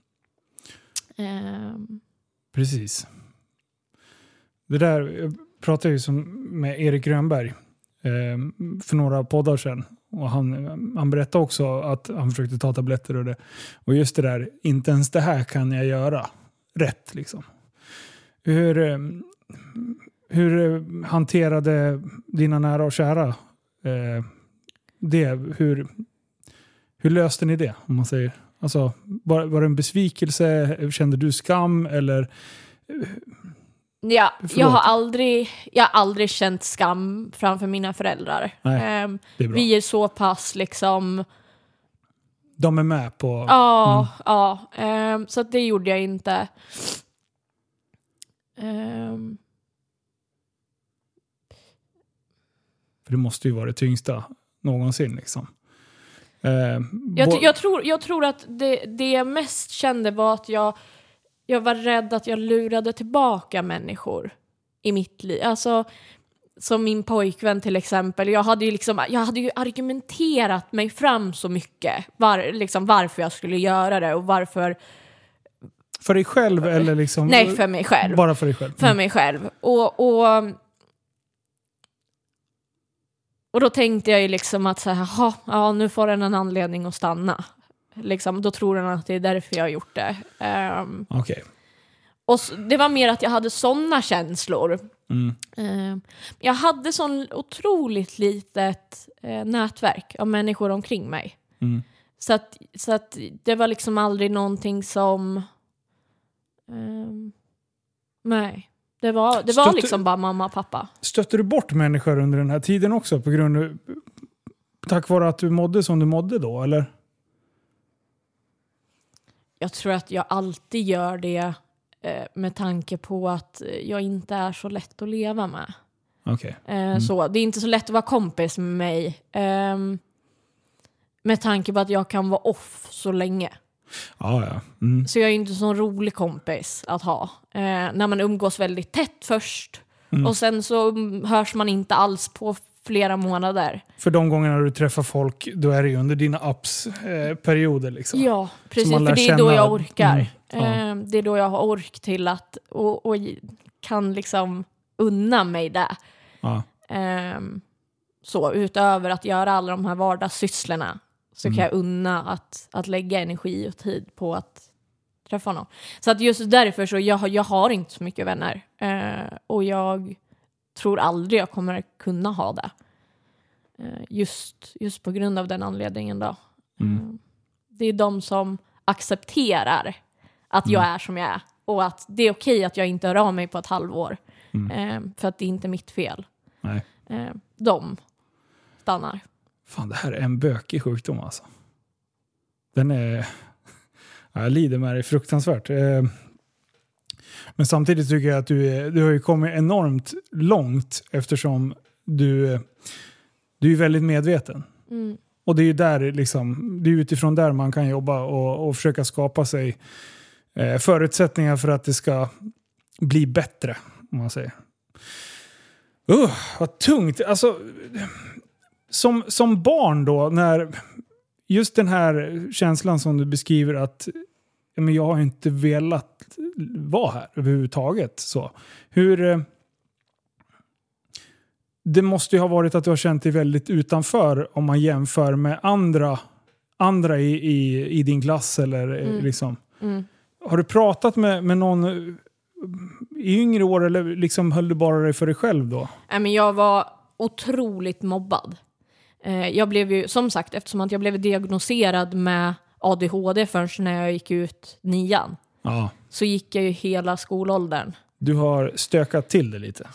Precis. Det där, jag pratade ju med Erik Grönberg för några poddar sedan. Och han berättade också att han försökte ta tabletter och det. Och just det där, inte ens det här kan jag göra rätt liksom. Hur hanterade dina nära och kära det? Hur löste ni det, om man säger? Alltså, var det en besvikelse? Kände du skam eller? Ja, jag har aldrig känt skam framför mina föräldrar. Nej, det är bra. Vi är så pass liksom... De är med på... Ja, så det gjorde jag inte. För det måste ju vara det tyngsta någonsin liksom. Jag tror att det jag mest kände var att jag var rädd att jag lurade tillbaka människor i mitt liv. Alltså, som min pojkvän till exempel. Jag hade ju argumenterat mig fram så mycket. Varför jag skulle göra det och varför... För dig själv eller liksom... Nej, för mig själv. Bara för dig själv? För mig själv. Och då tänkte jag ju liksom att så här, nu får den en anledning att stanna. Liksom, då tror den att det är därför jag har gjort det. Okej. Och det var mer att jag hade sådana känslor. Jag hade sån otroligt litet nätverk av människor omkring mig. Så att det var liksom aldrig någonting som... nej. Det var liksom bara mamma och pappa. Stötte du bort människor under den här tiden också tack vare att du mådde som du mådde då, eller? Jag tror att jag alltid gör det med tanke på att jag inte är så lätt att leva med. Okej. Så det är inte så lätt att vara kompis med mig. Med tanke på att jag kan vara off så länge. Ja. Så jag är inte så en rolig kompis att ha. När man umgås väldigt tätt först. Och sen så hörs man inte alls på flera månader. För de gångerna du träffar folk, då är det ju under dina perioder liksom. Ja, precis. För det är då jag orkar. Det är då jag har ork till att och kan liksom unna mig det. Ja. Så utöver att göra alla de här vardagssysslorna så kan jag unna att lägga energi och tid på att träffa någon. Så att just därför så jag har inte så mycket vänner. Och jag tror aldrig jag kommer kunna ha det. Just på grund av den anledningen då. Det är de som accepterar att jag är som jag är. Och att det är okej att jag inte hör av mig på ett halvår. För att det är inte mitt fel. Nej. De stannar. Fan, det här är en bökig sjukdom alltså. Den är... Jag lider med det fruktansvärt. Men samtidigt tycker jag att du har ju kommit enormt långt eftersom du är väldigt medveten. Och det är ju där liksom, det är utifrån där man kan jobba och försöka skapa sig förutsättningar för att det ska bli bättre, om man säger. Vad tungt. Alltså, som barn då, när just den här känslan som du beskriver att men jag har inte velat vara här överhuvudtaget. Så. Det måste ju ha varit att du har känt dig väldigt utanför om man jämför med andra i din klass eller liksom. Har du pratat med någon i yngre år eller liksom höll du bara dig för dig själv då? Men jag var otroligt mobbad. Jag blev ju, som sagt, eftersom att jag blev diagnostiserad med ADHD först när jag gick ut 9:an. Ja. Så gick jag ju hela skolåldern. Du har stökat till det lite.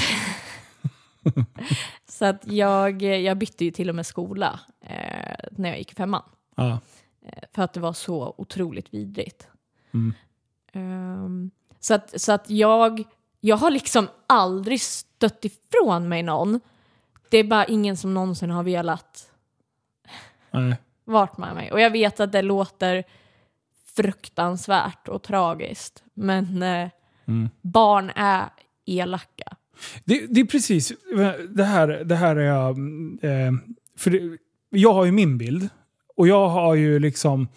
Så att jag bytte ju till och med skola när jag gick i 5:an. Ja. För att det var så otroligt vidrigt. Så att jag har liksom aldrig stött ifrån mig någon. Det är bara ingen som någonsin har velat vart med mig. Och jag vet att det låter fruktansvärt och tragiskt. Men barn är elaka. Det är precis det här är jag... för jag har ju min bild. Och jag har ju liksom...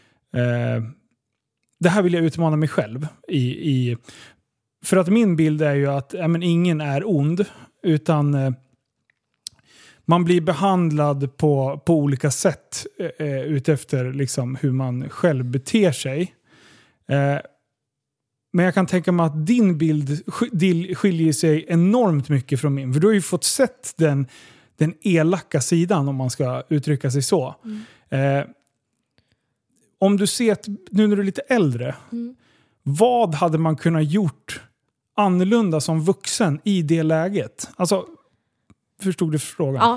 det här vill jag utmana mig själv i för att min bild är ju att ingen är ond. Utan... man blir behandlad på olika sätt utefter liksom hur man själv beter sig. Men jag kan tänka mig att din bild skiljer sig enormt mycket från min. För du har ju fått sett den elaka sidan, om man ska uttrycka sig så. Om du ser att, nu när du är lite äldre, vad hade man kunnat gjort annorlunda som vuxen i det läget? Alltså... Förstod du frågan?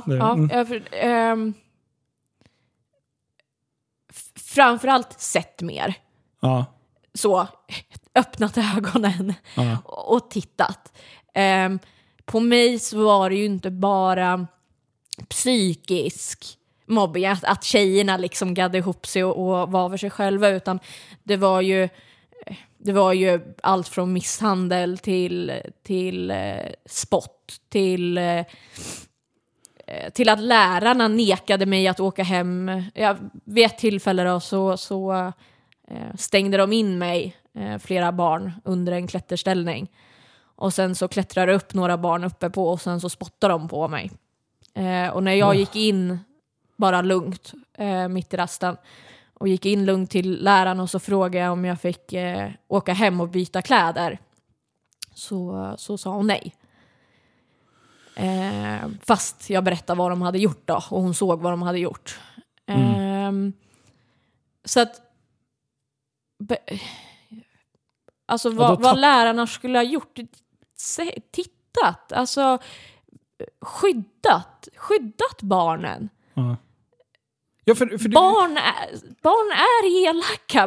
Framförallt sett mer. Ja. Så, öppnat ögonen och tittat. På mig så var det ju inte bara psykisk mobbing, att tjejerna liksom gaddade ihop sig och var för sig själva, utan det var ju allt från misshandel till spott, till att lärarna nekade mig att åka hem. Vid ett tillfälle då, så stängde de in mig, flera barn, under en klätterställning. Och sen så klättrade upp några barn uppe på och sen så spottade de på mig. Och när jag gick in bara lugnt mitt i rasten och gick in lugnt till läraren och så frågade jag om jag fick åka hem och byta kläder, så sa hon nej. Fast jag berättade vad de hade gjort då, och hon såg vad de hade gjort. Så att alltså vad lärarna skulle ha gjort, tittat, alltså skyddat barnen. Ja, för barn är elaka.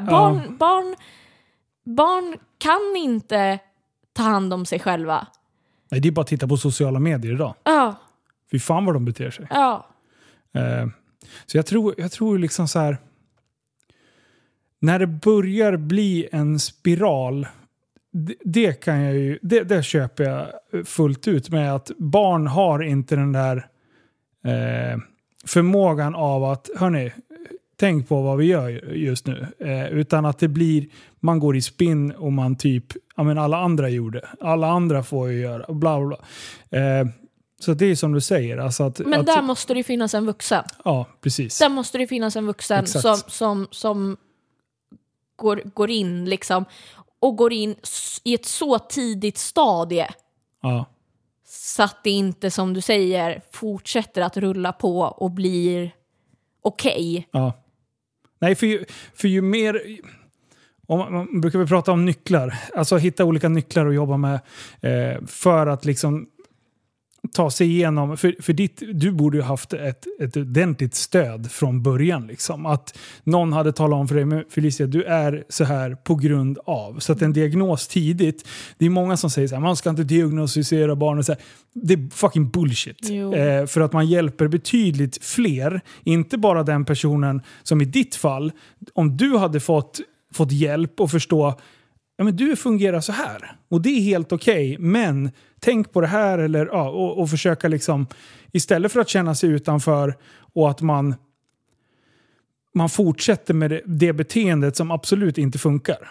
Barn kan inte ta hand om sig själva. Nej, det är bara att titta på sociala medier idag. Ja. Fy fan vad de beter sig. Ja. Så jag tror liksom så här, när det börjar bli en spiral, det kan jag ju, det köper jag fullt ut med, att barn har inte den där förmågan av att, hörni, tänk på vad vi gör just nu. Utan att det blir, man går i spinn och man typ, ja men alla andra gjorde. Alla andra får ju göra, bla bla bla. Så det är som du säger. Alltså men där måste det finnas en vuxen. Ja, precis. Där måste det finnas en vuxen som går in liksom, och går in i ett så tidigt stadie. Ja. Så att det inte, som du säger, fortsätter att rulla på och blir okej. Ja. Nej, för ju mer... Man brukar vi prata om nycklar. Alltså hitta olika nycklar att jobba med för att liksom ta sig igenom. För du borde ju haft ett ordentligt stöd från början. Liksom. Att någon hade talat om för dig, Felicia, du är så här på grund av. Så att en diagnos tidigt, det är många som säger så här, man ska inte diagnostisera barn. Och så här. Det är fucking bullshit. För att man hjälper betydligt fler. Inte bara den personen som i ditt fall, om du hade fått hjälp och förstå, ja men du fungerar så här och det är helt okej, men tänk på det här eller och försöka liksom, istället för att känna sig utanför och att man fortsätter med det beteendet som absolut inte funkar.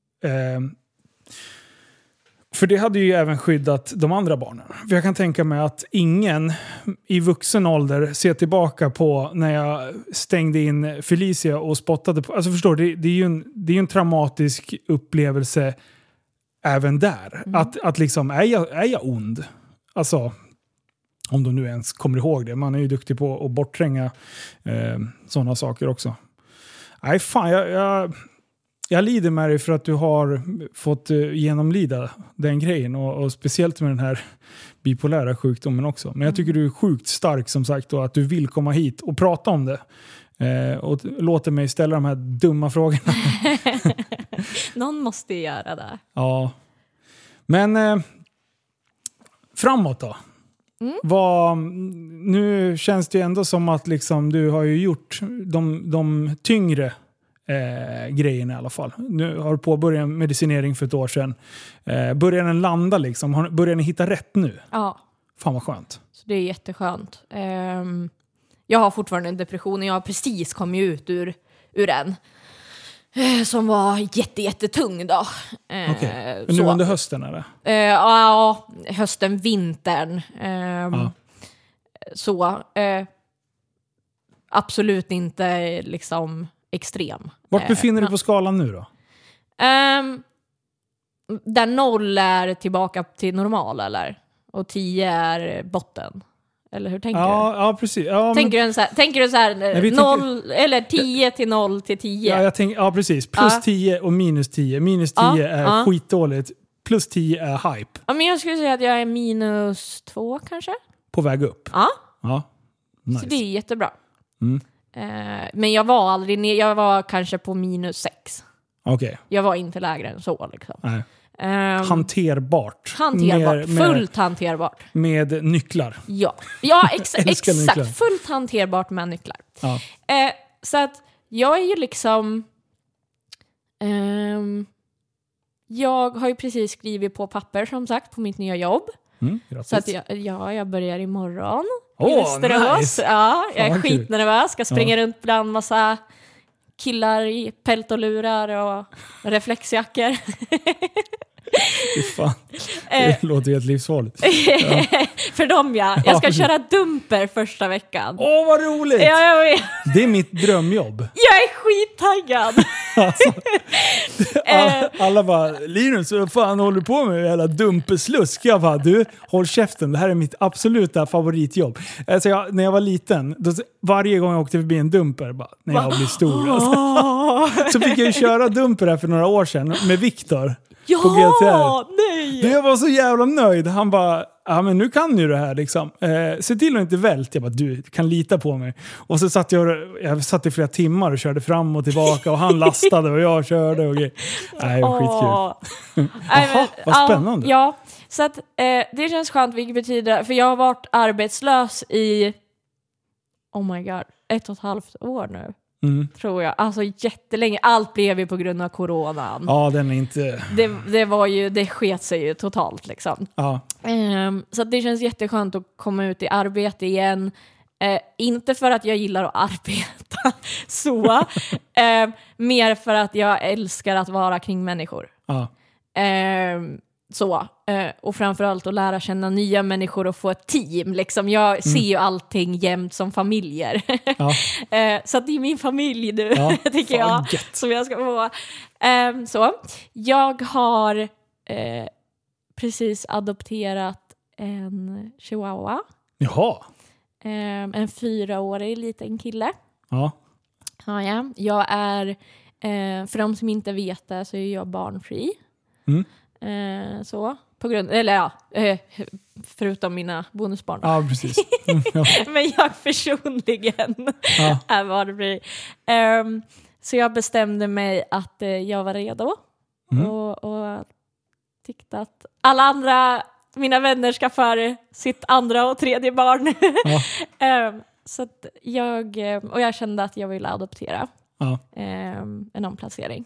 För det hade ju även skyddat de andra barnen. För jag kan tänka mig att ingen i vuxen ålder ser tillbaka på när jag stängde in Felicia och spottade på... Alltså förstår du, det är ju en traumatisk upplevelse även där. Att liksom, är jag ond? Alltså, om de nu ens kommer ihåg det. Man är ju duktig på att borttränga sådana saker också. Nej, fan, jag lider med dig för att du har fått genomlida den grejen. Och speciellt med den här bipolära sjukdomen också. Men jag tycker du är sjukt stark som sagt. Och att du vill komma hit och prata om det. Och låter mig ställa de här dumma frågorna. Någon måste göra det. Ja. Men framåt då? Nu känns det ju ändå som att liksom, du har ju gjort de tyngre grejen i alla fall. Nu har du påbörjat en medicinering för ett år sedan. Börjar den landa liksom? Börjar ni hitta rätt nu? Ja. Fan vad skönt. Så det är jätteskönt. Jag har fortfarande en depression och jag har precis kommit ut ur den. Som var jättetung då. Okay. Men nu under hösten eller? Ja, hösten, vintern. Så absolut inte liksom extrem. Vart befinner du på skalan nu då? Där 0 är tillbaka till normal eller? Och 10 är botten. Eller hur tänker du? Ja, precis. Ja, tänker du så här 0 eller 10 till 0 till 10? Ja, precis. Plus 10 och minus 10. Minus 10 är skitdåligt. Plus 10 är hype. Ja, men jag skulle säga att jag är minus 2 kanske. På väg upp? Ja. Nice. Så det är jättebra. Men jag var aldrig ner. Jag var kanske på minus 6. Okay. Jag var inte lägre än så liksom. Nej. Hanterbart. Fullt hanterbart. Med nycklar. Ja, exakt. Nycklar. Fullt hanterbart med nycklar. Ja. Så att jag är ju liksom... jag har ju precis skrivit på papper som sagt på mitt nya jobb. Så att jag börjar imorgon. Nice. Ja, jag är skitnervös. Ska springa runt bland massa killar i peltolurar och reflexjackor. Fan. Det låter helt livsfarligt. Ja. För dem jag ska köra dumper första veckan. Vad roligt! Ja, jag vet. Det är mitt drömjobb. Jag är skittaggad. Alla bara, Linus, vad fan håller du på med? Jävla dumperslusk. Jag bara, du, håll käften. Det här är mitt absoluta favoritjobb. Alltså när jag var liten, varje gång jag åkte förbi en dumper, bara, när jag blir stor. Alltså. Så fick jag ju köra dumper här för några år sedan med Viktor. Ja, nej! Jag var så jävla nöjd. Han bara, men nu kan ju det här liksom. Se till att inte vält. Jag bara, du kan lita på mig. Och så satt jag satt i flera timmar och körde fram och tillbaka. Och han lastade och jag körde och grejer. Nej, det var skitkul. Jaha, vad spännande. Ja, så att det känns skönt, vilket betyder... För jag har varit arbetslös i... Oh my god, 1,5 år nu. Tror jag. Alltså jättelänge. Allt blev ju på grund av coronan. Ja, den är inte... Det sket sig ju totalt liksom. Ja. Så det känns jätteskönt att komma ut i arbete igen. Inte för att jag gillar att arbeta så. Mer för att jag älskar att vara kring människor. Ja. Så, och framförallt att lära känna nya människor och få ett team. Liksom. Jag ser ju allting jämt som familjer. Ja. Så att det är min familj nu, tycker jag, som jag ska få. Så. Jag har precis adopterat en chihuahua. Jaha. En 4-årig liten kille. Ja. Ja. Jag är, för de som inte vet det, så är jag barnfri. Så på grund, eller förutom mina bonusbarn. Ja, precis. Men jag personligen är barnfri. Så jag bestämde mig att jag var redo och tyckte att alla andra, mina vänner, ska före sitt andra och tredje barn. Så att jag kände att jag ville adoptera en omplacering.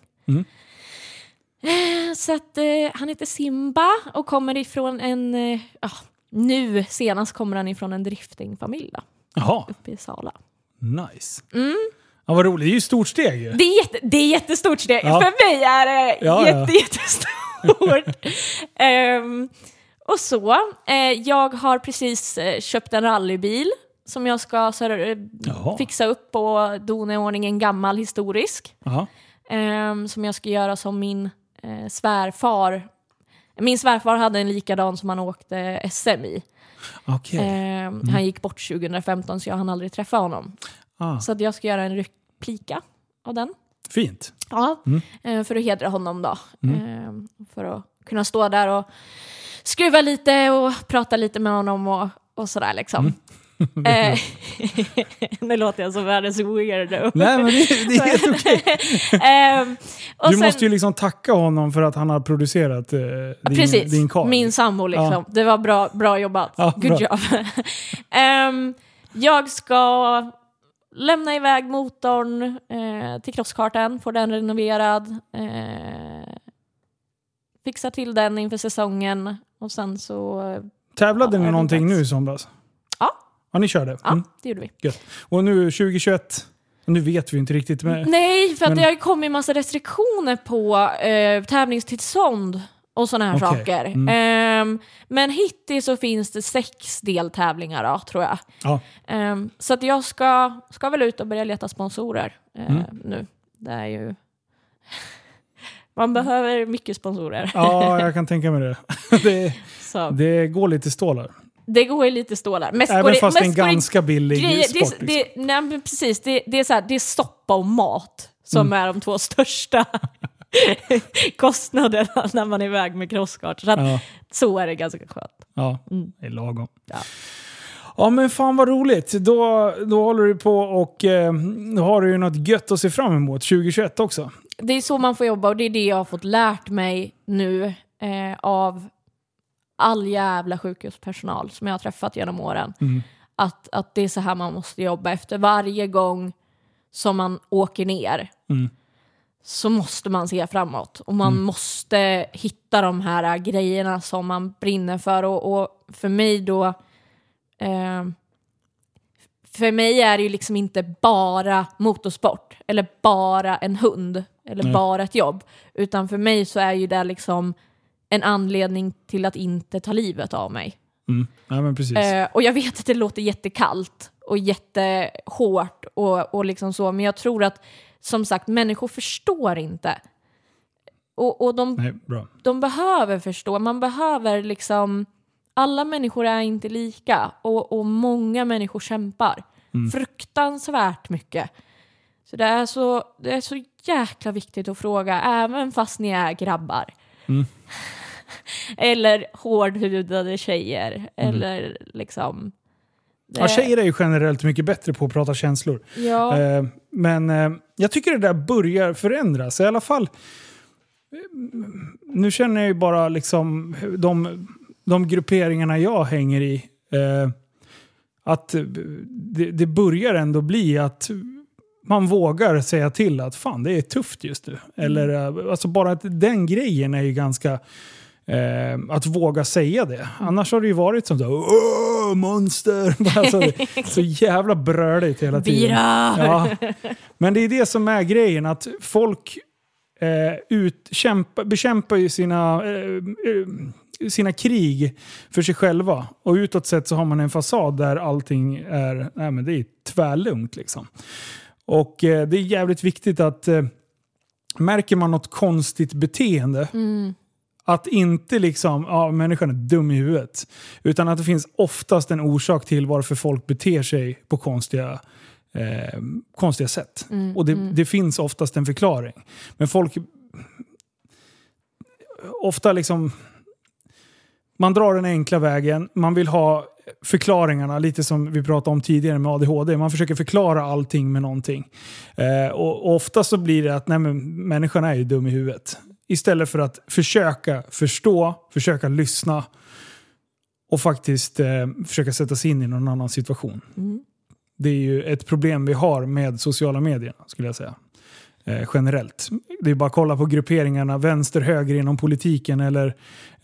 Så att han heter Simba och kommer ifrån nu senast kommer han ifrån en driftingfamilj då. Jaha. Uppe i Sala. Nice. Ja, vad roligt. Det är ju ett stort steg ju. Det är jättestort steg. För mig är det jättestort. Och så. Jag har precis köpt en rallybil som jag ska fixa upp och dona i ordning, en gammal historisk. Som jag ska göra som min svärfar. Min svärfar hade en likadan som han åkte SM i. Han gick bort 2015, så jag hann aldrig träffa honom. Så att jag ska göra en replika av den. Fint. Ja, för att hedra honom då. För att kunna stå där och skruva lite och prata lite med honom och sådär liksom. Nu låter jag som världens weirdo. Nej, men det är helt okej. Du måste ju liksom tacka honom för att han har producerat din karl. Min sambo liksom. Det var bra jobbat. Good job. Jag ska lämna iväg motorn till crosskarten, få den renoverad, fixa till den inför säsongen och sen så... Tävlade ni någonting nu i somras? Ja, ni körde? Ja, det gjorde vi. Gött. Och nu 2021, nu vet vi inte riktigt. Nej, för att det har ju kommit en massa restriktioner på tävlingstillstånd och såna här saker. Men hittills så finns det 6 deltävlingar då, tror jag. Så att jag ska väl ut och börja leta sponsorer nu. Det är ju... Man behöver mycket sponsorer. Ja, jag kan tänka mig det. Det går lite stålar. Det går ju lite stålar. Även fast det är en ganska billig sport. Nej, precis. Det är så här, det är soppa och mat som är de 2 största kostnaderna när man är iväg med crosskart. Så är det ganska skönt. Ja, det är lagom. Ja, men fan vad roligt. Då håller du på och då har du ju något gött att se fram emot 2021 också. Det är så man får jobba och det är det jag har fått lärt mig nu av all jävla sjukhuspersonal som jag har träffat genom åren. Att det är så här man måste jobba. Efter varje gång som man åker ner så måste man se framåt. Och man måste hitta de här grejerna som man brinner för. Och för mig då... för mig är det ju liksom inte bara motorsport. Eller bara en hund. Eller bara ett jobb. Utan för mig så är ju det liksom... en anledning till att inte ta livet av mig. Ja, men precis. Och jag vet att det låter jättekallt och jättehårt och liksom så, men jag tror att som sagt, människor förstår inte. Och de behöver förstå. Man behöver liksom, alla människor är inte lika och många människor kämpar fruktansvärt mycket. Så det är så jäkla viktigt att fråga, även fast ni är grabbar. Eller hårdhudade tjejer. Eller liksom... Ja, tjejer är ju generellt mycket bättre på att prata känslor. Ja. Men jag tycker det där börjar förändras. I alla fall... Nu känner jag ju bara liksom de grupperingarna jag hänger i. Att det börjar ändå bli att man vågar säga till att fan, det är tufft just nu. Eller alltså bara att den grejen är ju ganska... att våga säga det. Annars har det ju varit som så monster. Alltså, så jävla bröligt hela tiden. Ja. Men det är det som är grejen, att folk bekämpar ju sina krig för sig själva. Och utåt sett så har man en fasad där allting är, men det är tvärlugnt liksom. Och det är jävligt viktigt att märker man något konstigt beteende, att inte liksom, människan är dum i huvudet. Utan att det finns oftast en orsak till varför folk beter sig på konstiga sätt. Och det finns oftast en förklaring. Men folk ofta liksom, man drar den enkla vägen. Man vill ha förklaringarna, lite som vi pratade om tidigare med ADHD. Man försöker förklara allting med någonting. Och ofta så blir det att människan är ju dum i huvudet. Istället för att försöka förstå, försöka lyssna och faktiskt försöka sätta sig in i någon annan situation. Det är ju ett problem vi har med sociala medier, skulle jag säga. Generellt. Det är bara att kolla på grupperingarna vänster, höger inom politiken eller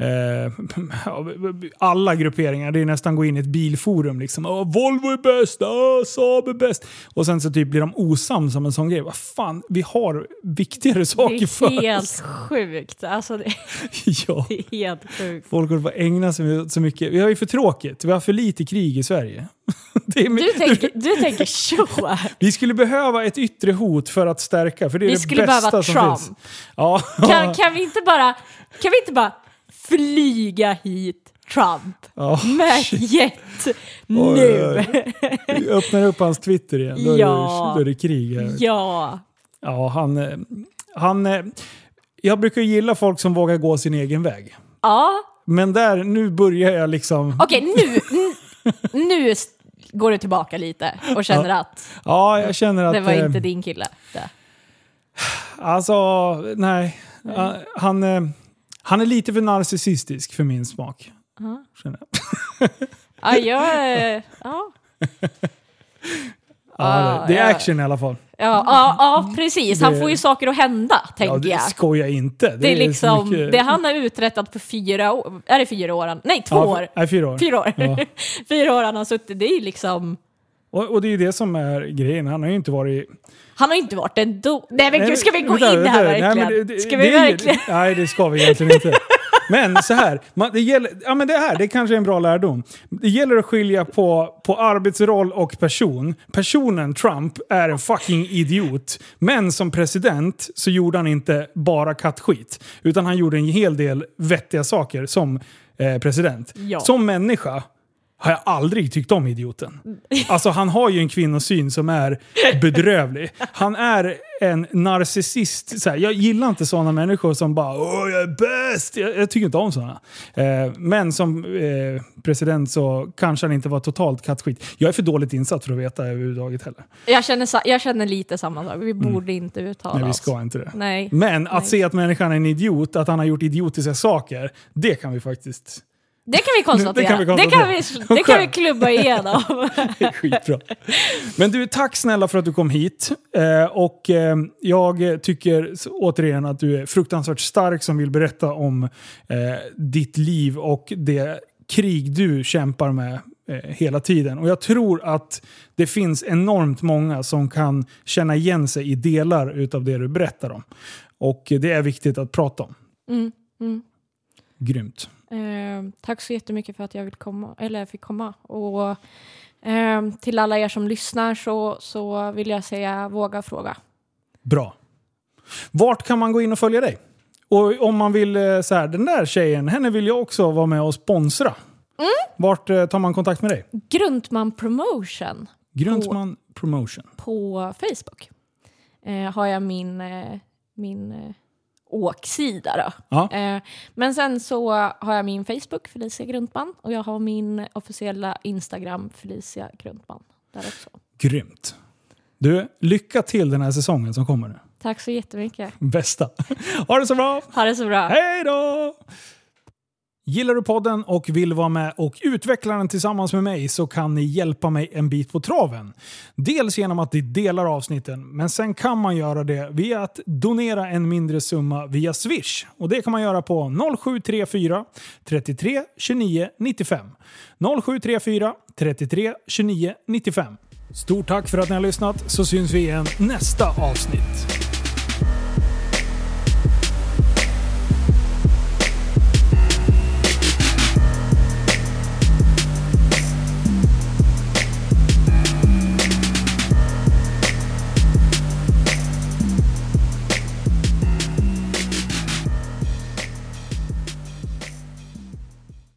alla grupperingar. Det är nästan gå in i ett bilforum liksom. Volvo är bäst, Saab är bäst. Och sen så typ blir de osams om en sån grej. Vad fan, vi har viktigare saker för oss. Det är helt sjukt. Alltså det är helt sjukt. Folk får ägna sig så mycket. Vi har ju för tråkigt. Vi har för lite krig i Sverige. Du tänker så. Vi skulle behöva ett yttre hot för att stärka. För det är vi skulle behöva Trump. Ja. Kan vi inte bara flyga hit Trump med jet nu? Vi öppnar upp hans Twitter igen. Då är det krig här. Ja. Ja, han jag brukar gilla folk som vågar gå sin egen väg. Ja. Men nu börjar jag liksom... Okej, nu går du tillbaka lite och känner att... Ja, jag känner att... Det var inte din kille. Det. Alltså, nej. Han är lite för narcissistisk för min smak. Känner jag. Det är action i alla fall. Ja, precis. Han får ju saker att hända, tänker jag. Det skojar inte. Det är liksom mycket... det han har uträttat på 4 år. Är det 4 år? Nej, 2 år. Nej, 4 år. 4 år. Ja. 4 år han har suttit. Det är liksom... Och det är ju det som är grejen. Han har ju inte varit... Han har inte varit en Nej, men ska vi gå in här verkligen? Ska vi verkligen? Nej, det ska vi egentligen inte. Men så här, det kanske är en bra lärdom. Det gäller att skilja på arbetsroll och person. Personen Trump är en fucking idiot. Men som president så gjorde han inte bara kattskit. Utan han gjorde en hel del vettiga saker som president. Ja. Som människa har jag aldrig tyckt om idioten. Alltså han har ju en kvinnosyn som är bedrövlig. Han är en narcissist. Så här, jag gillar inte sådana människor som bara jag är bäst. Jag tycker inte om sådana. Men som president så kanske han inte var totalt kattskit. Jag är för dåligt insatt för att veta överhuvudtaget heller. Jag känner lite samma sak. Vi borde inte uttala oss. Nej, vi ska inte det. Nej. Men att se att människan är en idiot, att han har gjort idiotiska saker, det kan vi faktiskt... Det kan vi konstatera. Det kan vi klubba igenom. Det är skitbra. Men du, tack snälla för att du kom hit. Och jag tycker återigen att du är fruktansvärt stark som vill berätta om ditt liv och det krig du kämpar med hela tiden. Och jag tror att det finns enormt många som kan känna igen sig i delar utav det du berättar om. Och det är viktigt att prata om. Grymt. Tack så jättemycket för att jag fick komma. Och till alla er som lyssnar så vill jag säga våga fråga. Bra. Vart kan man gå in och följa dig? Och om man vill så här, den där tjejen, henne vill jag också vara med och sponsra. Vart tar man kontakt med dig? Grundtman Promotion. Grundtman Promotion. På Facebook har jag min åksida då. Ja. Men sen så har jag min Facebook, Felicia Grundtman, och jag har min officiella Instagram, Felicia Grundtman, där också. Grymt. Du, lycka till den här säsongen som kommer nu. Tack så jättemycket. Bästa. Ha det så bra. Ha det så bra. Hej då! Gillar du podden och vill vara med och utveckla den tillsammans med mig så kan ni hjälpa mig en bit på traven. Dels genom att ni delar avsnitten, men sen kan man göra det via att donera en mindre summa via Swish. Och det kan man göra på 0734 33 29 95. 0734 33 29 95. Stort tack för att ni har lyssnat, så syns vi igen nästa avsnitt.